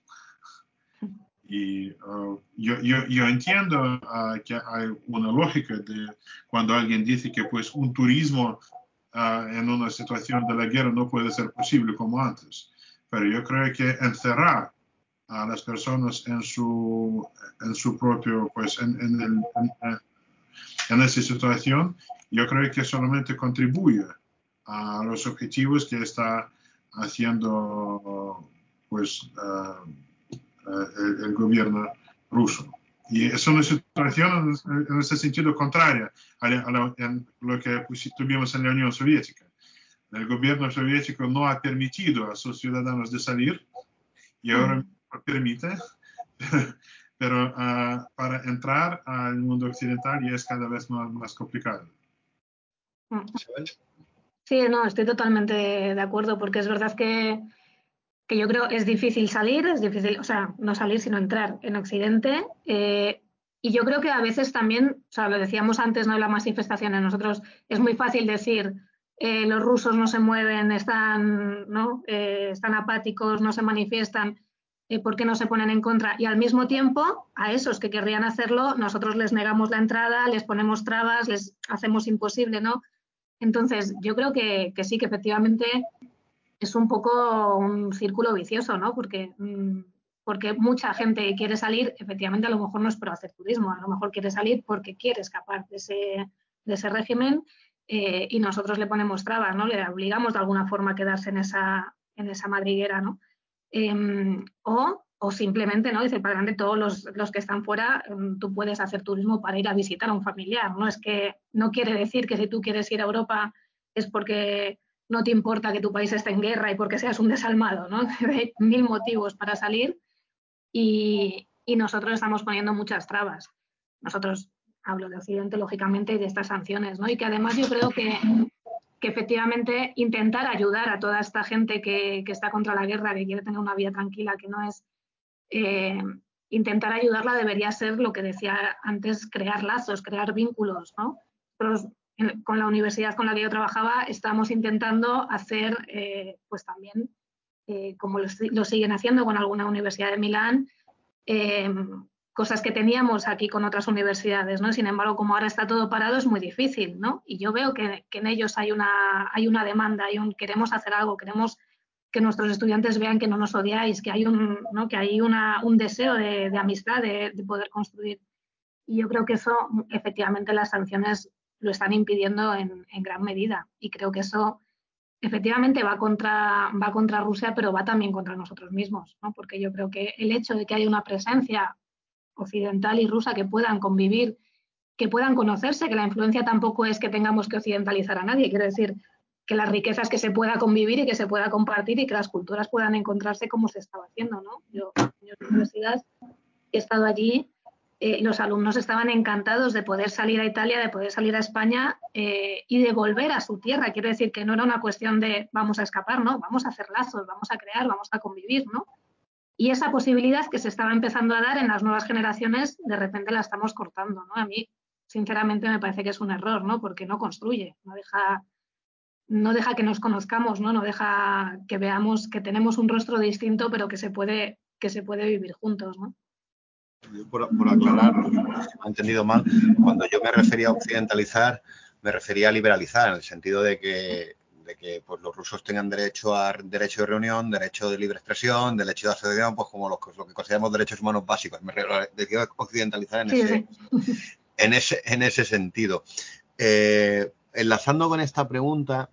Y uh, yo, yo, yo entiendo uh, que hay una lógica de cuando alguien dice que pues un turismo uh, en una situación de la guerra no puede ser posible como antes. Pero yo creo que encerrar a las personas en su, en su propio, pues en, en, el, en, en esa situación, yo creo que solamente contribuye a los objetivos que está haciendo pues uh, el, el gobierno ruso. Y es una situación en, en ese sentido contraria a, la, a la, en lo que pues, tuvimos en la Unión Soviética. El gobierno soviético no ha permitido a sus ciudadanos de salir y ahora mm. lo permite, pero uh, para entrar al mundo occidental ya es cada vez más, más complicado. Sí, no, estoy totalmente de acuerdo, porque es verdad que que yo creo es difícil salir, es difícil, o sea, no salir sino entrar en Occidente. Eh, y yo creo que a veces también, o sea, lo decíamos antes, ¿no? En las manifestaciones, nosotros es muy fácil decir, eh, los rusos no se mueven, están, ¿no? Eh, están apáticos, no se manifiestan, eh, ¿por qué no se ponen en contra? Y al mismo tiempo, a esos que querrían hacerlo, nosotros les negamos la entrada, les ponemos trabas, les hacemos imposible, ¿no? Entonces, yo creo que, que sí, que efectivamente es un poco un círculo vicioso, ¿no? Porque, porque mucha gente quiere salir, efectivamente a lo mejor no es por hacer turismo, a lo mejor quiere salir porque quiere escapar de ese, de ese régimen, eh, y nosotros le ponemos trabas, ¿no? Le obligamos de alguna forma a quedarse en esa, en esa madriguera, ¿no? Eh, o, o simplemente, ¿no? Dice el padre André, todos los, los que están fuera, tú puedes hacer turismo para ir a visitar a un familiar, ¿no? Es que no quiere decir que si tú quieres ir a Europa es porque no te importa que tu país esté en guerra y porque seas un desalmado, ¿no? Hay mil motivos para salir y, y nosotros estamos poniendo muchas trabas. Nosotros, hablo de Occidente, lógicamente, y de estas sanciones, ¿no? Y que además yo creo que, que efectivamente intentar ayudar a toda esta gente que, que está contra la guerra, que quiere tener una vida tranquila, que no es... Eh, intentar ayudarla debería ser lo que decía antes, crear lazos, crear vínculos, ¿no? Nosotros, con la universidad con la que yo trabajaba, estamos intentando hacer, eh, pues también, eh, como lo, lo siguen haciendo con alguna universidad de Milán, eh, cosas que teníamos aquí con otras universidades, ¿no? Sin embargo, como ahora está todo parado, es muy difícil, ¿no? Y yo veo que, que en ellos hay una, hay una demanda, hay un, queremos hacer algo, queremos que nuestros estudiantes vean que no nos odiáis, que hay un, ¿no? que hay una, un deseo de, de amistad, de, de poder construir. Y yo creo que eso, efectivamente, las sanciones lo están impidiendo en, en gran medida. Y creo que eso, efectivamente, va contra, va contra Rusia, pero va también contra nosotros mismos, ¿no? Porque yo creo que el hecho de que haya una presencia occidental y rusa que puedan convivir, que puedan conocerse, que la influencia tampoco es que tengamos que occidentalizar a nadie, quiero decir, que las riquezas que se pueda convivir y que se pueda compartir y que las culturas puedan encontrarse como se estaba haciendo, ¿no? Yo en mi universidad he estado allí, eh, los alumnos estaban encantados de poder salir a Italia, de poder salir a España, eh, y de volver a su tierra. Quiero decir que no era una cuestión de vamos a escapar, ¿no? Vamos a hacer lazos, vamos a crear, vamos a convivir, ¿no? Y esa posibilidad que se estaba empezando a dar en las nuevas generaciones, de repente la estamos cortando, ¿no? A mí, sinceramente, me parece que es un error, ¿no? Porque no construye, no deja... no deja que nos conozcamos, ¿no? No deja que veamos que tenemos un rostro distinto, pero que se puede, que se puede vivir juntos, ¿no? Por, por aclarar, si me he entendido mal, cuando yo me refería a occidentalizar, me refería a liberalizar, en el sentido de que, de que pues, los rusos tengan derecho a derecho de reunión, derecho de libre expresión, derecho de asociación, pues como lo, lo que consideramos derechos humanos básicos. Me refiero a occidentalizar en, sí, ese, sí. en, ese, en ese sentido. Eh, enlazando con esta pregunta,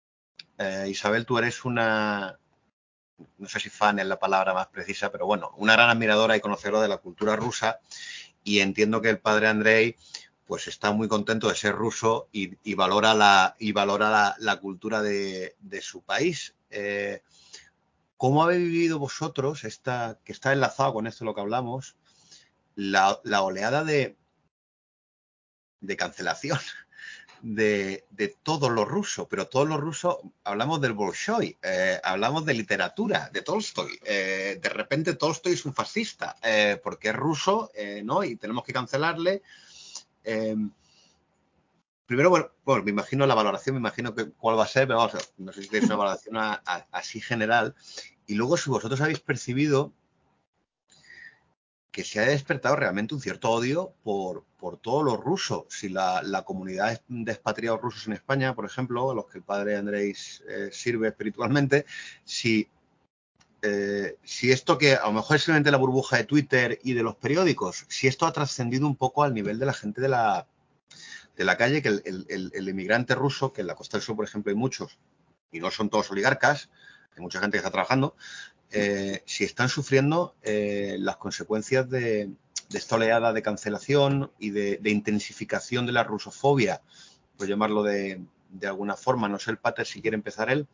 eh, Isabel, tú eres una, no sé si fan es la palabra más precisa, pero bueno, una gran admiradora y conocedora de la cultura rusa, y entiendo que el padre Andrei pues está muy contento de ser ruso y, y valora la, y valora la, la cultura de, de su país. Eh, ¿Cómo habéis vivido vosotros, esta, que está enlazado con esto de lo que hablamos, la, la oleada de de cancelación de, de todo lo ruso, pero todo lo ruso, hablamos del Bolshoi, eh, hablamos de literatura, de Tolstoy. Eh, de repente Tolstoy es un fascista, eh, porque es ruso, eh, ¿no? Y tenemos que cancelarle. Eh, primero, bueno, bueno, me imagino la valoración, me imagino que cuál va a ser, pero vamos, no sé si tenéis una valoración a, a, así general. Y luego, si vosotros habéis percibido que se ha despertado realmente un cierto odio por, por todo lo ruso. Si la, la comunidad de expatriados rusos en España, por ejemplo, a los que el padre Andrés eh, sirve espiritualmente, si, eh, si esto que a lo mejor es simplemente la burbuja de Twitter y de los periódicos, si esto ha trascendido un poco al nivel de la gente de la, de la calle, que el, el, el inmigrante ruso, que en la Costa del Sol, por ejemplo, hay muchos, y no son todos oligarcas, hay mucha gente que está trabajando, Eh, si están sufriendo eh, las consecuencias de, de esta oleada de cancelación y de, de intensificación de la rusofobia, por llamarlo de, de alguna forma. No sé, el Pater, si quiere empezar él.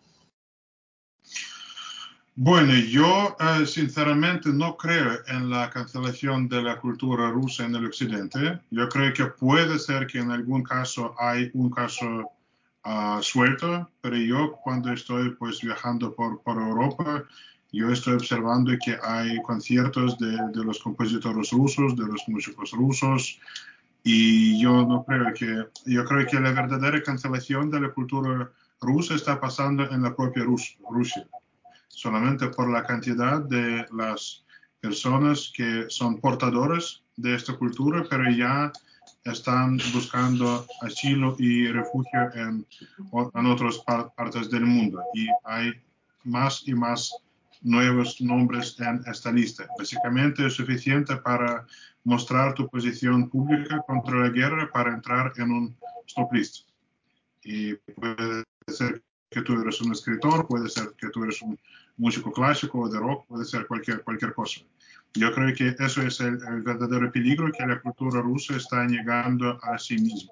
Bueno, yo eh, sinceramente no creo en la cancelación de la cultura rusa en el occidente. Yo creo que puede ser que en algún caso hay un caso uh, suelto, pero yo cuando estoy pues viajando por, por Europa, yo estoy observando que hay conciertos de, de los compositores rusos, de los músicos rusos, y yo no creo que, yo creo que la verdadera cancelación de la cultura rusa está pasando en la propia Rus, Rusia, solamente por la cantidad de las personas que son portadores de esta cultura, pero ya están buscando asilo y refugio en, en otras partes del mundo. Y hay más y más nuevos nombres en esta lista. Básicamente es suficiente para mostrar tu posición pública contra la guerra para entrar en un stop list. Y puede ser que tú eres un escritor, puede ser que tú eres un músico clásico o de rock, puede ser cualquier, cualquier cosa. Yo creo que eso es el, el verdadero peligro, que la cultura rusa está llegando a sí misma.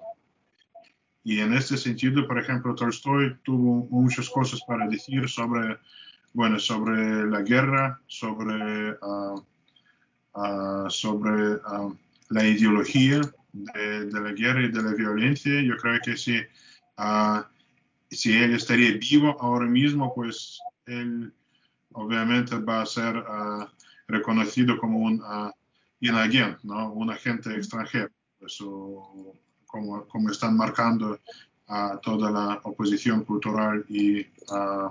Y en este sentido, por ejemplo, Tolstoy tuvo muchas cosas para decir sobre, bueno, sobre la guerra, sobre, uh, uh, sobre uh, la ideología de, de la guerra y de la violencia. Yo creo que si, uh, si él estaría vivo ahora mismo, pues él obviamente va a ser uh, reconocido como un uh, inagente, ¿no? Un agente extranjero. Eso, como, como están marcando a uh, toda la oposición cultural y uh,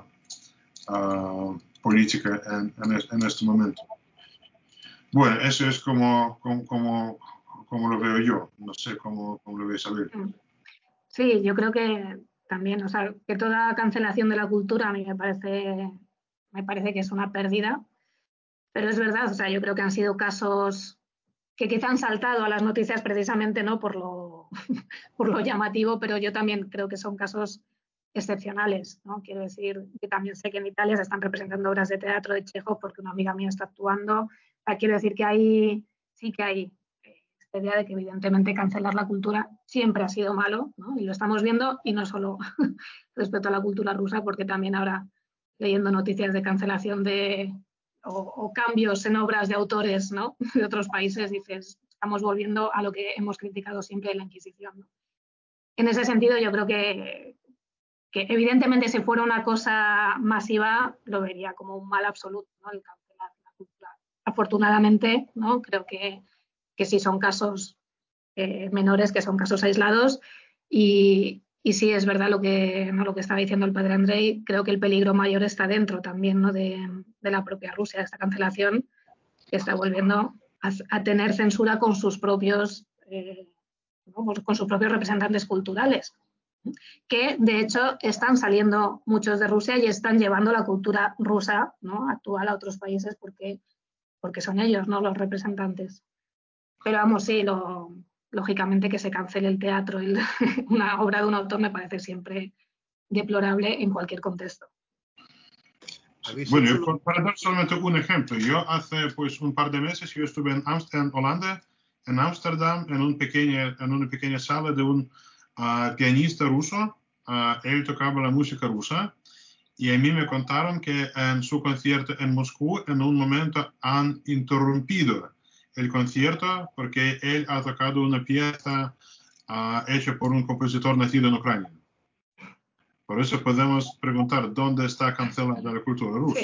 uh, política en, en, en, este momento. Bueno, eso es como, como, como, como lo veo yo. No sé cómo, cómo lo veis a ver. Sí, yo creo que también, o sea, que toda cancelación de la cultura a mí me parece, me parece que es una pérdida, pero es verdad, o sea, yo creo que han sido casos que quizá han saltado a las noticias precisamente no por lo, por lo llamativo, pero yo también creo que son casos excepcionales, ¿no? Quiero decir que también sé que en Italia se están representando obras de teatro de Chekhov porque una amiga mía está actuando. O sea, quiero decir que hay, sí que hay esta idea de que evidentemente cancelar la cultura siempre ha sido malo, ¿no? Y lo estamos viendo, y no solo respecto a la cultura rusa, porque también ahora leyendo noticias de cancelación de o, o cambios en obras de autores, ¿no? de otros países, dices, estamos volviendo a lo que hemos criticado siempre de la Inquisición, ¿no? En ese sentido, yo creo que, que evidentemente si fuera una cosa masiva, lo vería como un mal absoluto, ¿no? El cancelar la cultura. Afortunadamente, ¿no? Creo que, que sí son casos eh, menores, que son casos aislados, y, y sí es verdad lo que, ¿no? lo que estaba diciendo el padre Andrei. Creo que el peligro mayor está dentro también, ¿no? de, de la propia Rusia, de esta cancelación, que está volviendo a, a tener censura con sus propios eh, ¿no? con sus propios representantes culturales, que de hecho están saliendo muchos de Rusia y están llevando la cultura rusa, ¿no? actual a otros países porque, porque son ellos, ¿no? los representantes. Pero vamos, sí, lo, lógicamente que se cancele el teatro, el, una obra de un autor me parece siempre deplorable en cualquier contexto. Bueno, yo, para dar solamente un ejemplo, yo hace pues un par de meses yo estuve en, en Holanda, en Ámsterdam, en, un en una pequeña sala de un uh, pianista ruso. Uh, él tocaba la música rusa y a mí me contaron que en su concierto en Moscú en un momento han interrumpido el concierto porque él ha tocado una pieza uh, hecho por un compositor nacido en Ucrania. Por eso podemos preguntar dónde está cancelada la cultura rusa.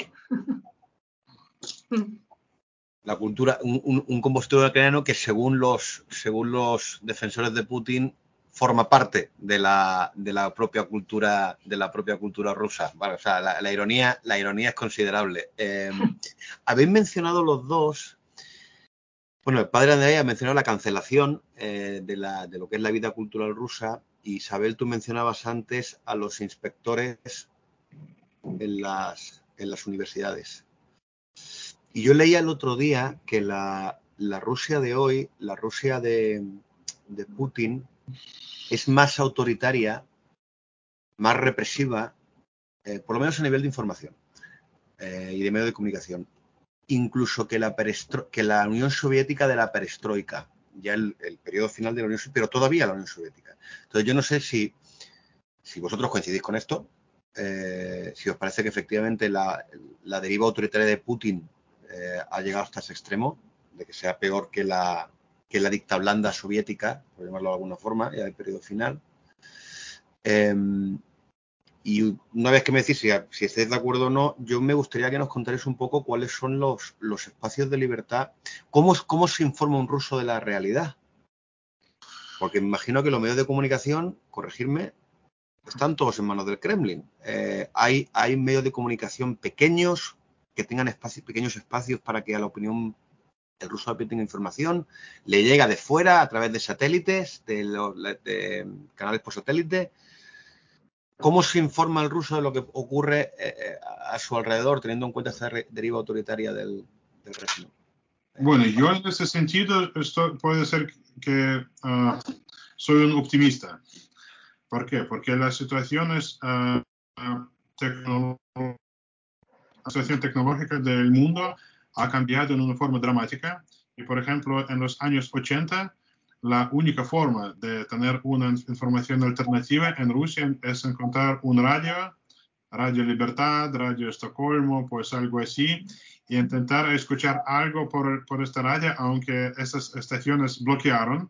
La cultura, un, un, un compositor ucraniano que según los, según los defensores de Putin forma parte de la, de la propia cultura, de la propia cultura rusa. Vale, o sea, la, la ironía, la ironía es considerable. Eh, habéis mencionado los dos. Bueno, el padre Andrei ha mencionado la cancelación eh, de, la, de lo que es la vida cultural rusa. Y Isabel, tú mencionabas antes a los inspectores en las, en las universidades. Y yo leía el otro día que la, la Rusia de hoy, la Rusia de, de Putin, es más autoritaria, más represiva, eh, por lo menos a nivel de información eh, y de medio de comunicación, incluso que la, que la Unión Soviética de la perestroika, ya el, el periodo final de la Unión Soviética, pero todavía la Unión Soviética. Entonces yo no sé si, si vosotros coincidís con esto, eh, si os parece que efectivamente la, la deriva autoritaria de Putin eh, ha llegado hasta ese extremo, de que sea peor que la, que la dicta blanda soviética, por llamarlo de alguna forma, ya del periodo final. Eh, y una vez que me decís si, si estáis de acuerdo o no, yo me gustaría que nos contarais un poco cuáles son los, los espacios de libertad, cómo, cómo se informa un ruso de la realidad. Porque me imagino que los medios de comunicación, corregirme, están todos en manos del Kremlin. Eh, hay, hay medios de comunicación pequeños que tengan espacios, pequeños espacios para que a la opinión el ruso tenga información, le llega de fuera a través de satélites, de, los, de canales por satélite. ¿Cómo se informa el ruso de lo que ocurre eh, a su alrededor, teniendo en cuenta esta deriva autoritaria del, del régimen? Bueno, yo en ese sentido esto puede ser que uh, soy un optimista. ¿Por qué? Porque la situación, es, uh, tecno la situación tecnológica del mundo ha cambiado en una forma dramática. Y, por ejemplo, en los años ochenta, la única forma de tener una información alternativa en Rusia es encontrar un radio, Radio Libertad, Radio Estocolmo, pues algo así, y intentar escuchar algo por, por esta radio, aunque esas estaciones bloquearon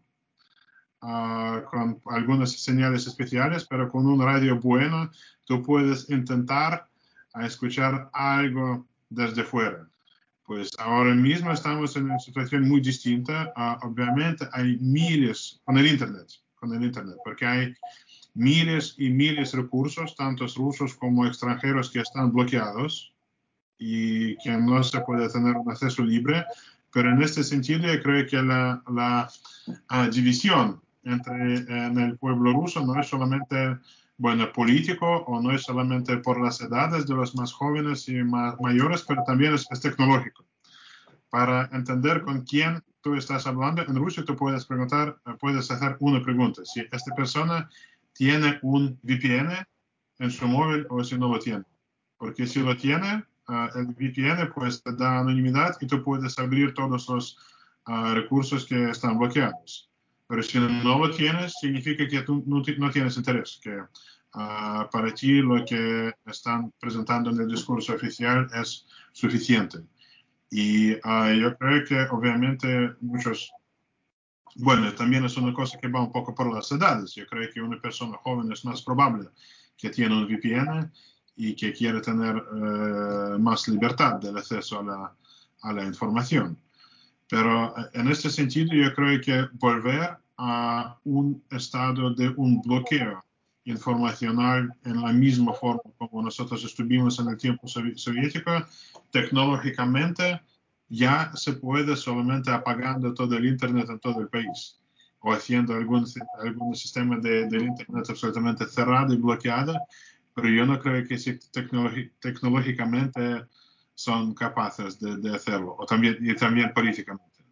uh, con algunas señales especiales, pero con un radio bueno tú puedes intentar a escuchar algo desde fuera. Pues ahora mismo estamos en una situación muy distinta. Uh, obviamente hay miles con el Internet, con el Internet, porque hay miles y miles de recursos, tanto rusos como extranjeros, que están bloqueados y que no se puede tener un acceso libre. Pero en este sentido yo creo que la, la uh, división entre en el pueblo ruso no es solamente bueno, político o no es solamente por las edades de los más jóvenes y más mayores, pero también es, es tecnológico. Para entender con quién tú estás hablando, en Rusia tú puedes preguntar, puedes hacer una pregunta. Si esta persona tiene un V P N en su móvil o si no lo tiene. Porque si lo tiene, uh, el V P N pues te da anonimidad y tú puedes abrir todos los uh, recursos que están bloqueados. Pero si no lo tienes, significa que tú no, no tienes interés, que uh, para ti lo que están presentando en el discurso oficial es suficiente. Y uh, yo creo que obviamente muchos, bueno, también es una cosa que va un poco por las edades. Yo creo que una persona joven es más probable que tiene un V P N y que quiere tener uh, más libertad del acceso a la, a la información. Pero en este sentido yo creo que volver a un estado de un bloqueo informacional en la misma forma como nosotros estuvimos en el tiempo soviético, tecnológicamente ya se puede solamente apagando todo el Internet en todo el país o haciendo algún, algún sistema de, del Internet absolutamente cerrado y bloqueado, pero yo no creo que si tecnológicamente son capaces de, de hacerlo, o también, y también políticamente.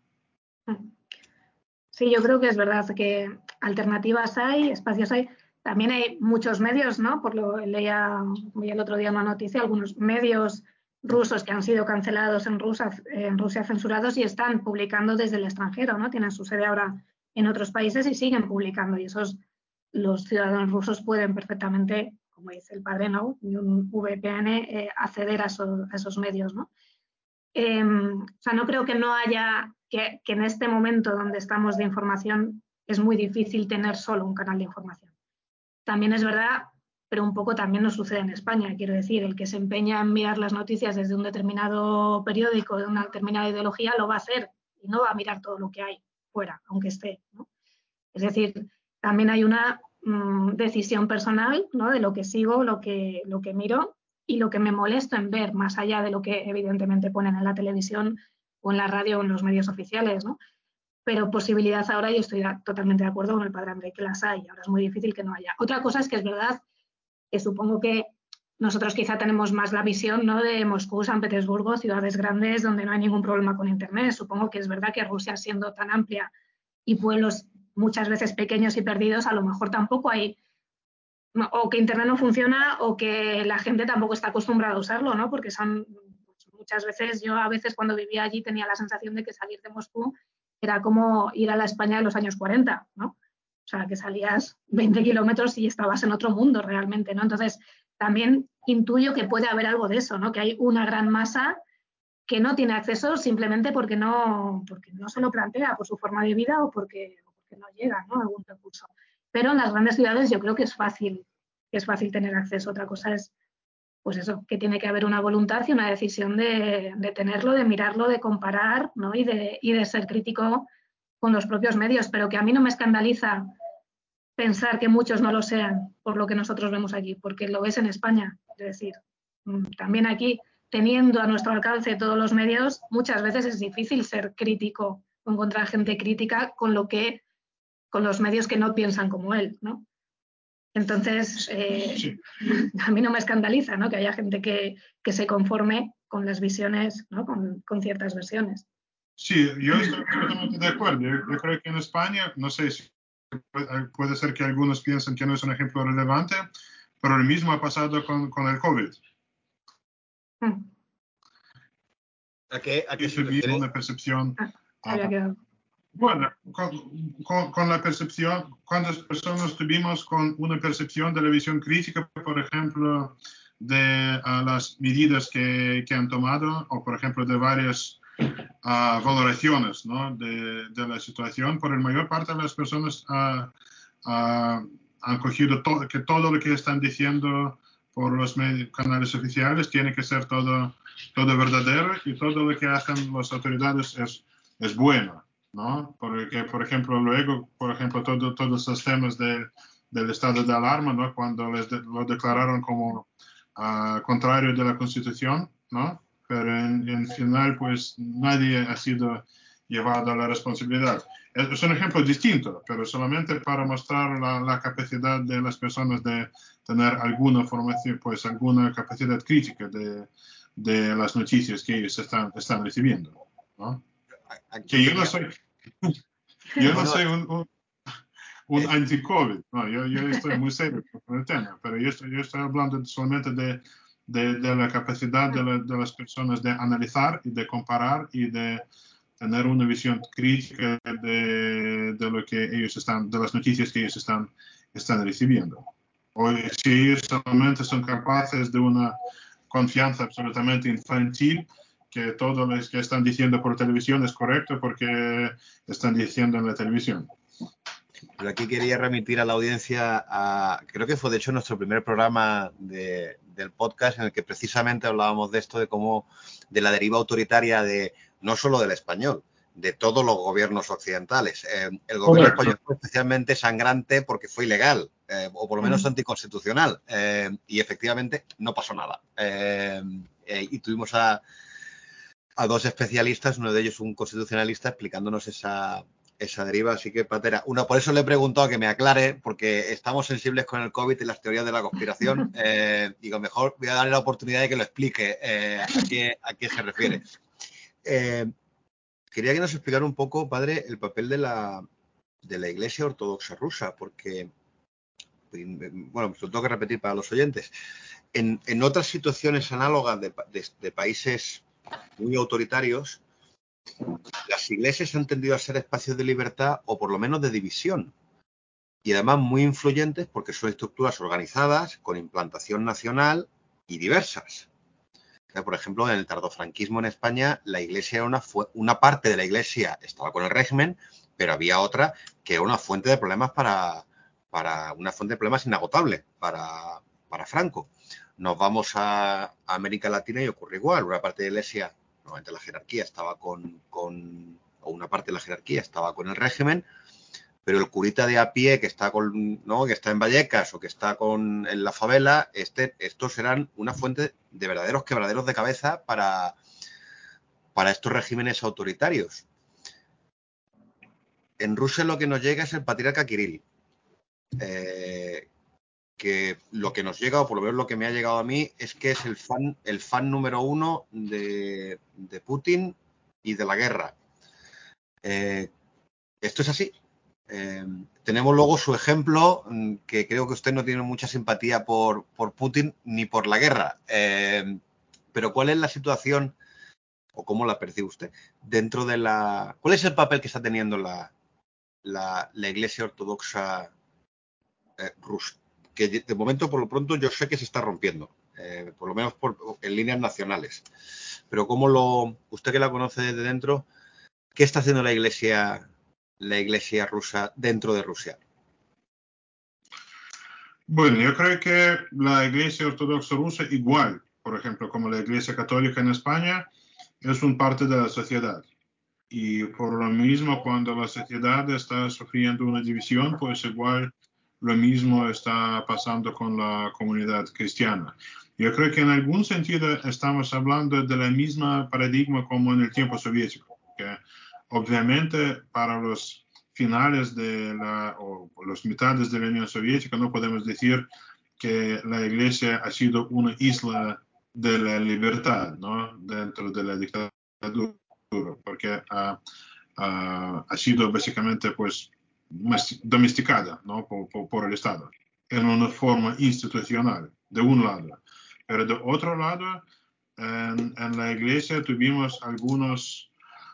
Sí, yo creo que es verdad que alternativas hay, espacios hay. También hay muchos medios, ¿no? Por lo leía, leía el otro día una noticia, algunos medios rusos que han sido cancelados en Rusia, en Rusia, censurados, y están publicando desde el extranjero, ¿no? Tienen su sede ahora en otros países y siguen publicando. Y esos, los ciudadanos rusos pueden perfectamente, como dice el padre, ¿no? Un V P N, eh, acceder a, eso, a esos medios, ¿no? Eh, o sea, no creo que no haya, que, que en este momento donde estamos de información es muy difícil tener solo un canal de información. También es verdad, pero un poco también nos sucede en España. Quiero decir, el que se empeña en mirar las noticias desde un determinado periódico, de una determinada ideología, lo va a hacer y no va a mirar todo lo que hay fuera, aunque esté, ¿no? Es decir, también hay una mmm, decisión personal, ¿no? De lo que sigo, lo que, lo que miro y lo que me molesto en ver, más allá de lo que evidentemente ponen en la televisión o en la radio o en los medios oficiales, ¿no? Pero posibilidad ahora, yo estoy totalmente de acuerdo con el padre André, que las hay. Ahora es muy difícil que no haya. Otra cosa es que es verdad que supongo que nosotros quizá tenemos más la visión, ¿no?, de Moscú, San Petersburgo, ciudades grandes donde no hay ningún problema con Internet. Supongo que es verdad que Rusia, siendo tan amplia y pueblos muchas veces pequeños y perdidos, a lo mejor tampoco hay, o que Internet no funciona o que la gente tampoco está acostumbrada a usarlo, ¿no? Porque son, pues, muchas veces, yo a veces cuando vivía allí tenía la sensación de que salir de Moscú era como ir a la España de los años cuarenta, ¿no? O sea, que salías veinte kilómetros y estabas en otro mundo realmente, ¿no? Entonces, también intuyo que puede haber algo de eso, ¿no? Que hay una gran masa que no tiene acceso simplemente porque no, porque no se lo plantea por su forma de vida o porque, porque no llega, ¿no?, a algún recurso. Pero en las grandes ciudades yo creo que es fácil, que es fácil tener acceso. Otra cosa es, pues eso, que tiene que haber una voluntad y una decisión de, de tenerlo, de mirarlo, de comparar, ¿no?, y de, y de ser crítico con los propios medios, pero que a mí no me escandaliza pensar que muchos no lo sean por lo que nosotros vemos aquí, porque lo ves en España. Es decir, también aquí, teniendo a nuestro alcance todos los medios, muchas veces es difícil ser crítico o encontrar gente crítica con lo que, con los medios que no piensan como él, ¿no? Entonces, eh, sí. a mí no me escandaliza, ¿no?, que haya gente que, que se conforme con las visiones, ¿no?, con, con ciertas versiones. Sí, yo estoy completamente de acuerdo. Yo, yo creo que en España, no sé si puede ser que algunos piensen que no es un ejemplo relevante, pero lo mismo ha pasado con, con el COVID. ¿A qué, a qué se refiere? Una percepción. Ah, uh, bueno, con, con, con la percepción, ¿cuántas personas tuvimos con una percepción de la visión crítica, por ejemplo, de uh, las medidas que, que han tomado, o por ejemplo de varias uh, valoraciones, ¿no?, de, de la situación? Por la mayor parte de las personas uh, uh, han cogido to que todo lo que están diciendo por los canales oficiales tiene que ser todo, todo verdadero, y todo lo que hacen las autoridades es, es bueno, ¿no? Porque, por ejemplo, luego, por ejemplo, todo, todos los temas de, del estado de alarma, ¿no?, cuando les de, lo declararon como uh, contrario de la Constitución, ¿no? Pero en, en final, pues, nadie ha sido llevado a la responsabilidad. Es, es un ejemplo distinto, pero solamente para mostrar la, la capacidad de las personas de tener alguna formación, pues, alguna capacidad crítica de, de las noticias que ellos están, están recibiendo, ¿no? Que yo no soy, yo no soy un, un, un anti-COVID, no, yo, yo estoy muy serio con el tema, pero yo estoy, yo estoy hablando solamente de, de, de la capacidad de, la, de las personas de analizar y de comparar y de tener una visión crítica de, de lo que ellos están, de las noticias que ellos están, están recibiendo. O si ellos solamente son capaces de una confianza absolutamente infantil, que todo lo que están diciendo por televisión es correcto porque están diciendo en la televisión. Pero aquí quería remitir a la audiencia a, creo que fue de hecho nuestro primer programa de, del podcast, en el que precisamente hablábamos de esto, de cómo, de la deriva autoritaria de, no solo del español, de todos los gobiernos occidentales. Eh, el gobierno Correcto. español fue especialmente sangrante porque fue ilegal, eh, o por lo menos anticonstitucional, eh, y efectivamente no pasó nada. Eh, eh, y tuvimos a, a dos especialistas, uno de ellos un constitucionalista, explicándonos esa... esa deriva. Así que, Patera, una, por eso le he preguntado que me aclare, porque estamos sensibles con el COVID y las teorías de la conspiración, eh, y a lo mejor voy a darle la oportunidad de que lo explique eh, a, qué, a qué se refiere. Eh, quería que nos explicara un poco, padre, el papel de la, de la Iglesia Ortodoxa rusa, porque, bueno, lo tengo que repetir para los oyentes. En, en otras situaciones análogas de, de, de países muy autoritarios, las iglesias han tendido a ser espacios de libertad o por lo menos de división, y además muy influyentes porque son estructuras organizadas con implantación nacional y diversas. Por ejemplo, en el tardofranquismo en España, la iglesia era una, una parte de la iglesia estaba con el régimen, pero había otra que era una fuente de problemas para, para una fuente de problemas inagotable para, para Franco. Nos vamos a, a América Latina y ocurre igual. Una parte de la iglesia, normalmente la jerarquía estaba con, con, o una parte de la jerarquía estaba con el régimen, pero el curita de a pie que está con, ¿no? que está en Vallecas o que está con, en la favela, este, estos eran una fuente de verdaderos quebraderos de cabeza para, para estos regímenes autoritarios. En Rusia lo que nos llega es el patriarca Kirill, eh, que lo que nos llega, o por lo menos lo que me ha llegado a mí, es que es el fan, el fan número uno de, de Putin y de la guerra. Eh, esto es así. Eh, tenemos luego su ejemplo, que creo que usted no tiene mucha simpatía por, por Putin ni por la guerra. Eh, pero ¿cuál es la situación o cómo la percibe usted dentro de la... ¿Cuál es el papel que está teniendo la, la, la Iglesia Ortodoxa eh, rusa? Que de momento, por lo pronto, yo sé que se está rompiendo, eh, por lo menos por, en líneas nacionales. Pero ¿cómo lo... usted que la conoce desde dentro, qué está haciendo la Iglesia la Iglesia rusa dentro de Rusia? Bueno, yo creo que la Iglesia Ortodoxa rusa, igual, por ejemplo, como la Iglesia Católica en España, es un parte de la sociedad. Y por lo mismo, cuando la sociedad está sufriendo una división, pues igual lo mismo está pasando con la comunidad cristiana. Yo creo que en algún sentido estamos hablando de la misma paradigma como en el tiempo soviético, que obviamente para los finales de la, o los mitades de la Unión Soviética no podemos decir que la Iglesia ha sido una isla de la libertad, ¿no? Dentro de la dictadura, porque uh, uh, ha sido básicamente pues domesticada, ¿no? por, por, por el Estado en una forma institucional, de un lado. Pero de otro lado, en, en la Iglesia tuvimos algunos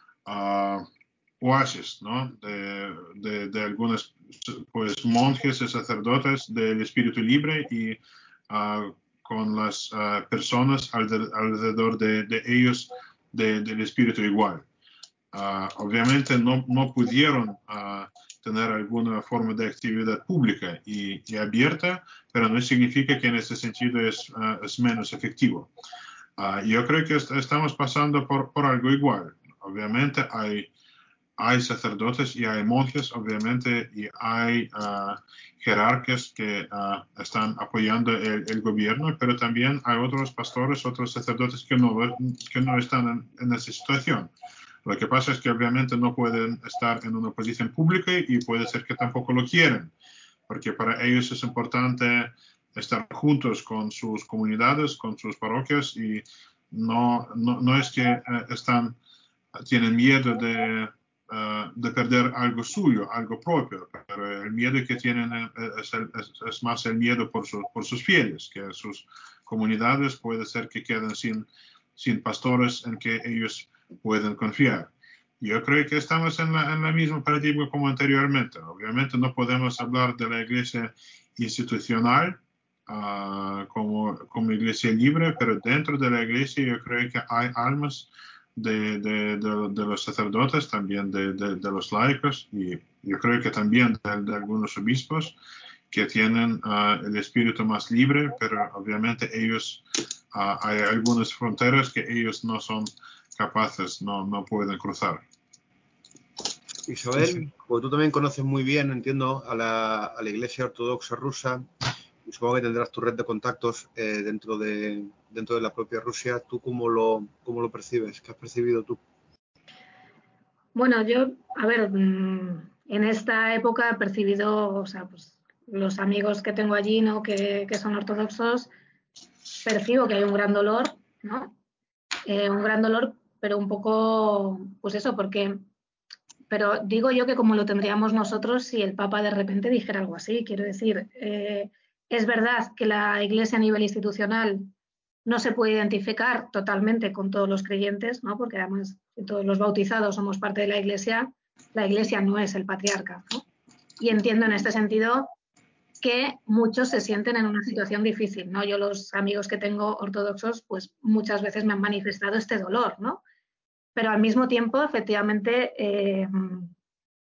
uh, oasis, ¿no? de, de, de algunos pues, monjes y sacerdotes del espíritu libre y uh, con las uh, personas alrededor de, de ellos de, del espíritu igual. Uh, obviamente no, no pudieron uh, tener alguna forma de actividad pública y, y abierta, pero no significa que en ese sentido es, uh, es menos efectivo. Uh, yo creo que est estamos pasando por, por algo igual. Obviamente hay, hay sacerdotes y hay monjes, obviamente, y hay uh, jerarcas que uh, están apoyando el, el gobierno, pero también hay otros pastores, otros sacerdotes que no, que no están en, en esa situación. Lo que pasa es que obviamente no pueden estar en una posición pública y puede ser que tampoco lo quieren, porque para ellos es importante estar juntos con sus comunidades, con sus parroquias y no, no, no es que eh, están, tienen miedo de, uh, de perder algo suyo, algo propio, pero el miedo que tienen es, el, es, es más el miedo por, su, por sus fieles, que sus comunidades puede ser que queden sin, sin pastores en que ellos pueden confiar. Yo creo que estamos en la, en la misma paradigma como anteriormente. Obviamente no podemos hablar de la iglesia institucional uh, como, como iglesia libre, pero dentro de la iglesia yo creo que hay almas de, de, de, de los sacerdotes, también de, de, de los laicos, y yo creo que también de, de algunos obispos que tienen uh, el espíritu más libre, pero obviamente ellos, uh, hay algunas fronteras que ellos no son capaces, no, no pueden cruzar. Isabel, sí, sí. Pues tú también conoces muy bien, entiendo, a la, a la Iglesia Ortodoxa rusa, y supongo que tendrás tu red de contactos eh, dentro, de, dentro de la propia Rusia. ¿Tú cómo lo, cómo lo percibes? ¿Qué has percibido tú? Bueno, yo, a ver, en esta época he percibido, o sea, pues los amigos que tengo allí, ¿no? Que, que son ortodoxos, percibo que hay un gran dolor, ¿no? Eh, un gran dolor, pero un poco, pues eso, porque, pero digo yo que como lo tendríamos nosotros si el Papa de repente dijera algo así, quiero decir, eh, es verdad que la Iglesia a nivel institucional no se puede identificar totalmente con todos los creyentes, ¿no? Porque además todos los bautizados somos parte de la Iglesia, la Iglesia no es el patriarca, ¿no? Y entiendo en este sentido que muchos se sienten en una situación difícil, ¿no? Yo los amigos que tengo ortodoxos, pues muchas veces me han manifestado este dolor, ¿no? Pero al mismo tiempo, efectivamente, eh,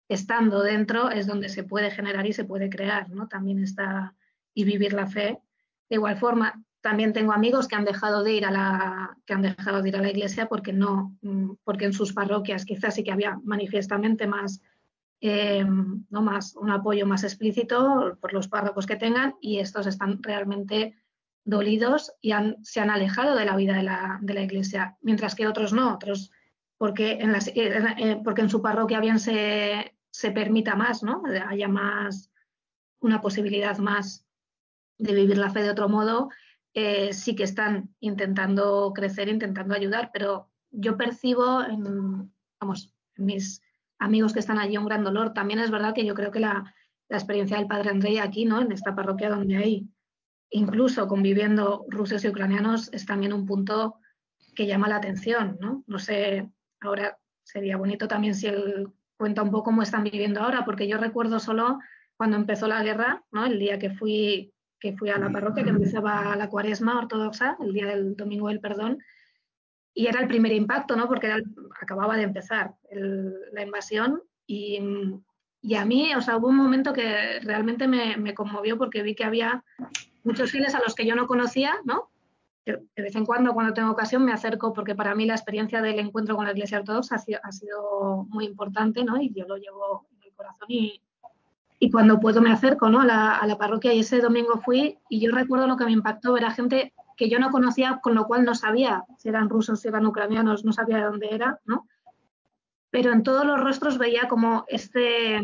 estando dentro es donde se puede generar y se puede crear, ¿no? También está, y vivir la fe. De igual forma, también tengo amigos que han dejado de ir a la, que han dejado de ir a la iglesia porque no, porque en sus parroquias quizás sí que había manifiestamente más, eh, no más, un apoyo más explícito por los párrocos que tengan, y estos están realmente dolidos y han, se han alejado de la vida de la, de la iglesia, mientras que otros no, otros porque en, las, eh, porque en su parroquia bien se, se permita más, ¿no? Haya más, una posibilidad más de vivir la fe de otro modo, eh, sí que están intentando crecer, intentando ayudar, pero yo percibo en, vamos, en mis amigos que están allí un gran dolor. También es verdad que yo creo que la, la experiencia del padre Andrei aquí, ¿no? En esta parroquia donde hay incluso conviviendo rusos y ucranianos, es también un punto que llama la atención, ¿no? No sé, ahora sería bonito también si él cuenta un poco cómo están viviendo ahora, porque yo recuerdo solo cuando empezó la guerra, ¿no? El día que fui, que fui a la parroquia, que empezaba la cuaresma ortodoxa, el día del domingo del perdón, y era el primer impacto, ¿no? Porque era el, acababa de empezar el, la invasión y, y a mí, o sea, hubo un momento que realmente me, me conmovió porque vi que había muchos fieles a los que yo no conocía, ¿no? De vez en cuando, cuando tengo ocasión, me acerco, porque para mí la experiencia del encuentro con la Iglesia Ortodoxa ha sido, ha sido muy importante, ¿no? Y yo lo llevo en el corazón y, y cuando puedo me acerco, ¿no? a, la, a la parroquia, y ese domingo fui y yo recuerdo lo que me impactó, ver a gente que yo no conocía, con lo cual no sabía si eran rusos, si eran ucranianos, no sabía de dónde era, ¿no? Pero en todos los rostros veía como este,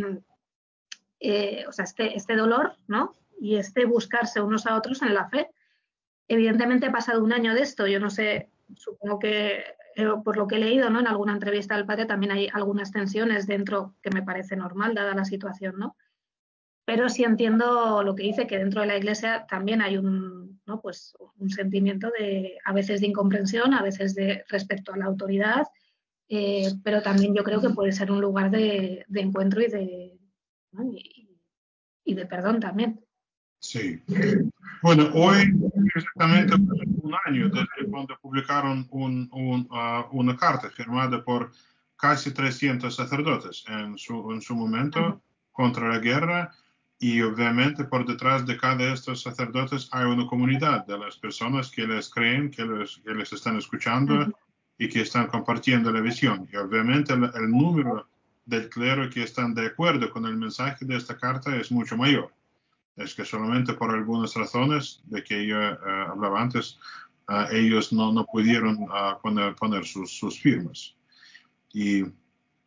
eh, o sea, este, este dolor, ¿no? Y este buscarse unos a otros en la fe. Evidentemente ha pasado un año de esto, yo no sé, supongo que eh, por lo que he leído, ¿no? En alguna entrevista del padre también hay algunas tensiones dentro, que me parece normal dada la situación, ¿no? Pero sí entiendo lo que dice, que dentro de la iglesia también hay un, ¿no? Pues un sentimiento de, a veces de incomprensión, a veces de respecto a la autoridad, eh, pero también yo creo que puede ser un lugar de, de encuentro y de, ¿no? y, y de perdón también. Sí. Bueno, hoy exactamente un año desde cuando publicaron un, un, uh, una carta firmada por casi trescientos sacerdotes en su, en su momento uh-huh. contra la guerra, y obviamente por detrás de cada de estos sacerdotes hay una comunidad de las personas que les creen, que les, que les están escuchando uh-huh. y que están compartiendo la visión. Y obviamente el, el número del clero que están de acuerdo con el mensaje de esta carta es mucho mayor. Es que solamente por algunas razones de que yo uh, hablaba antes, uh, ellos no, no pudieron uh, poner, poner sus, sus firmas. Y uh,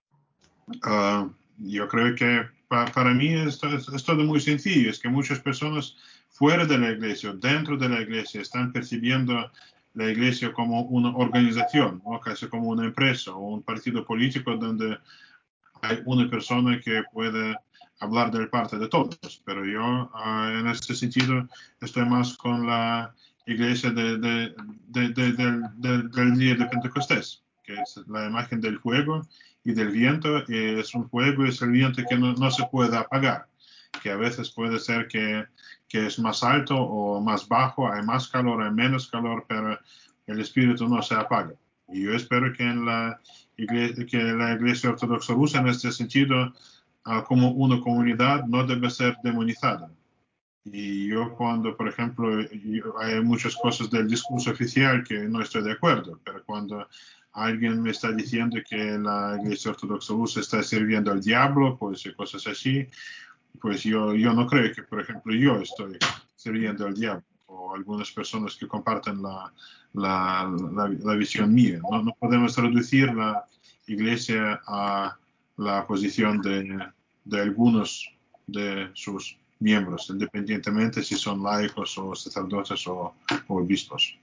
yo creo que pa, para mí esto es, es todo muy sencillo. Es que muchas personas fuera de la iglesia, dentro de la iglesia, están percibiendo la iglesia como una organización, ¿no? Casi como una empresa o un partido político donde hay una persona que puede hablar de parte de todos, pero yo uh, en este sentido estoy más con la iglesia de, de, de, de, de, de, del día de Pentecostés, que es la imagen del fuego y del viento. Y es un fuego y es el viento que no, no se puede apagar, que a veces puede ser que, que es más alto o más bajo, hay más calor, hay menos calor, pero el espíritu no se apaga. Y yo espero que en la iglesia, que la iglesia ortodoxa rusa en este sentido uh, como una comunidad no debe ser demonizada. Y yo cuando, por ejemplo, yo, hay muchas cosas del discurso oficial que no estoy de acuerdo, pero cuando alguien me está diciendo que la iglesia ortodoxa rusa está sirviendo al diablo, pues y cosas así, pues yo, yo no creo que, por ejemplo, yo estoy sirviendo al diablo, o algunas personas que comparten la, la, la, la visión mía. No, no podemos reducir la iglesia a la posición de, de algunos de sus miembros, independientemente si son laicos o sacerdotes o, o obispos.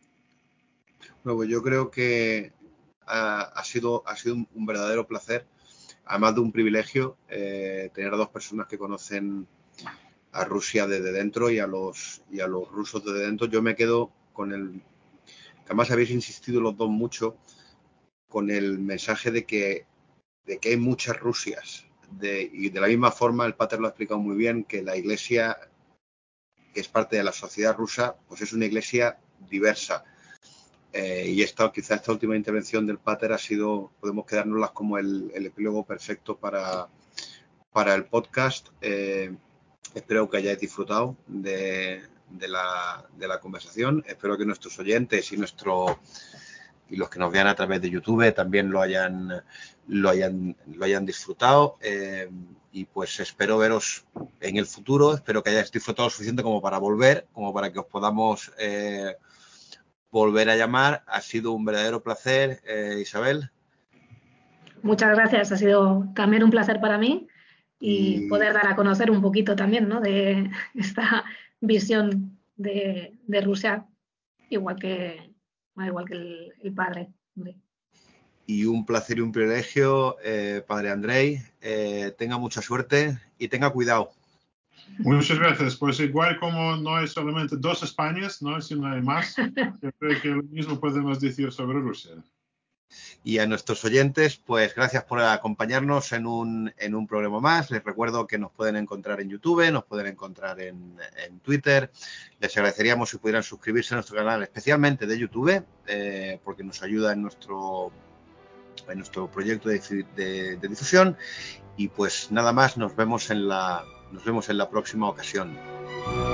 Bueno, yo creo que ha, ha, sido, ha sido un, un verdadero placer, además de un privilegio, eh, tener a dos personas que conocen a Rusia desde dentro y a los y a los rusos desde dentro. Yo me quedo con el, que además habéis insistido los dos mucho, con el mensaje de que, de que hay muchas Rusias. De, y de la misma forma el Pater lo ha explicado muy bien, que la iglesia, que es parte de la sociedad rusa, pues es una iglesia diversa. Eh, y esta, quizá esta última intervención del Pater ha sido, podemos quedárnoslas como el, el epílogo perfecto para, para el podcast. Eh, espero que hayáis disfrutado de, de, la, de la conversación. Espero que nuestros oyentes y nuestro y los que nos vean a través de YouTube también lo hayan lo hayan lo hayan disfrutado. Eh, y pues espero veros en el futuro. Espero que hayáis disfrutado lo suficiente como para volver, como para que os podamos eh, volver a llamar. Ha sido un verdadero placer, eh, Isabel. Muchas gracias, ha sido también un placer para mí y, y poder dar a conocer un poquito también, ¿no?, de esta visión de, de Rusia, igual que, igual que el, el padre. Y un placer y un privilegio, eh, padre Andrei. Eh, tenga mucha suerte y tenga cuidado. Muchas gracias. Pues igual como no hay solamente dos Españas, ¿no?, sino hay más, yo creo que lo mismo podemos decir sobre Rusia. Y a nuestros oyentes, pues gracias por acompañarnos en un, en un programa más. Les recuerdo que nos pueden encontrar en YouTube, nos pueden encontrar en, en Twitter. Les agradeceríamos si pudieran suscribirse a nuestro canal, especialmente de YouTube, eh, porque nos ayuda en nuestro, en nuestro proyecto de, de, de difusión. Y pues nada más, nos vemos en la, nos vemos en la próxima ocasión.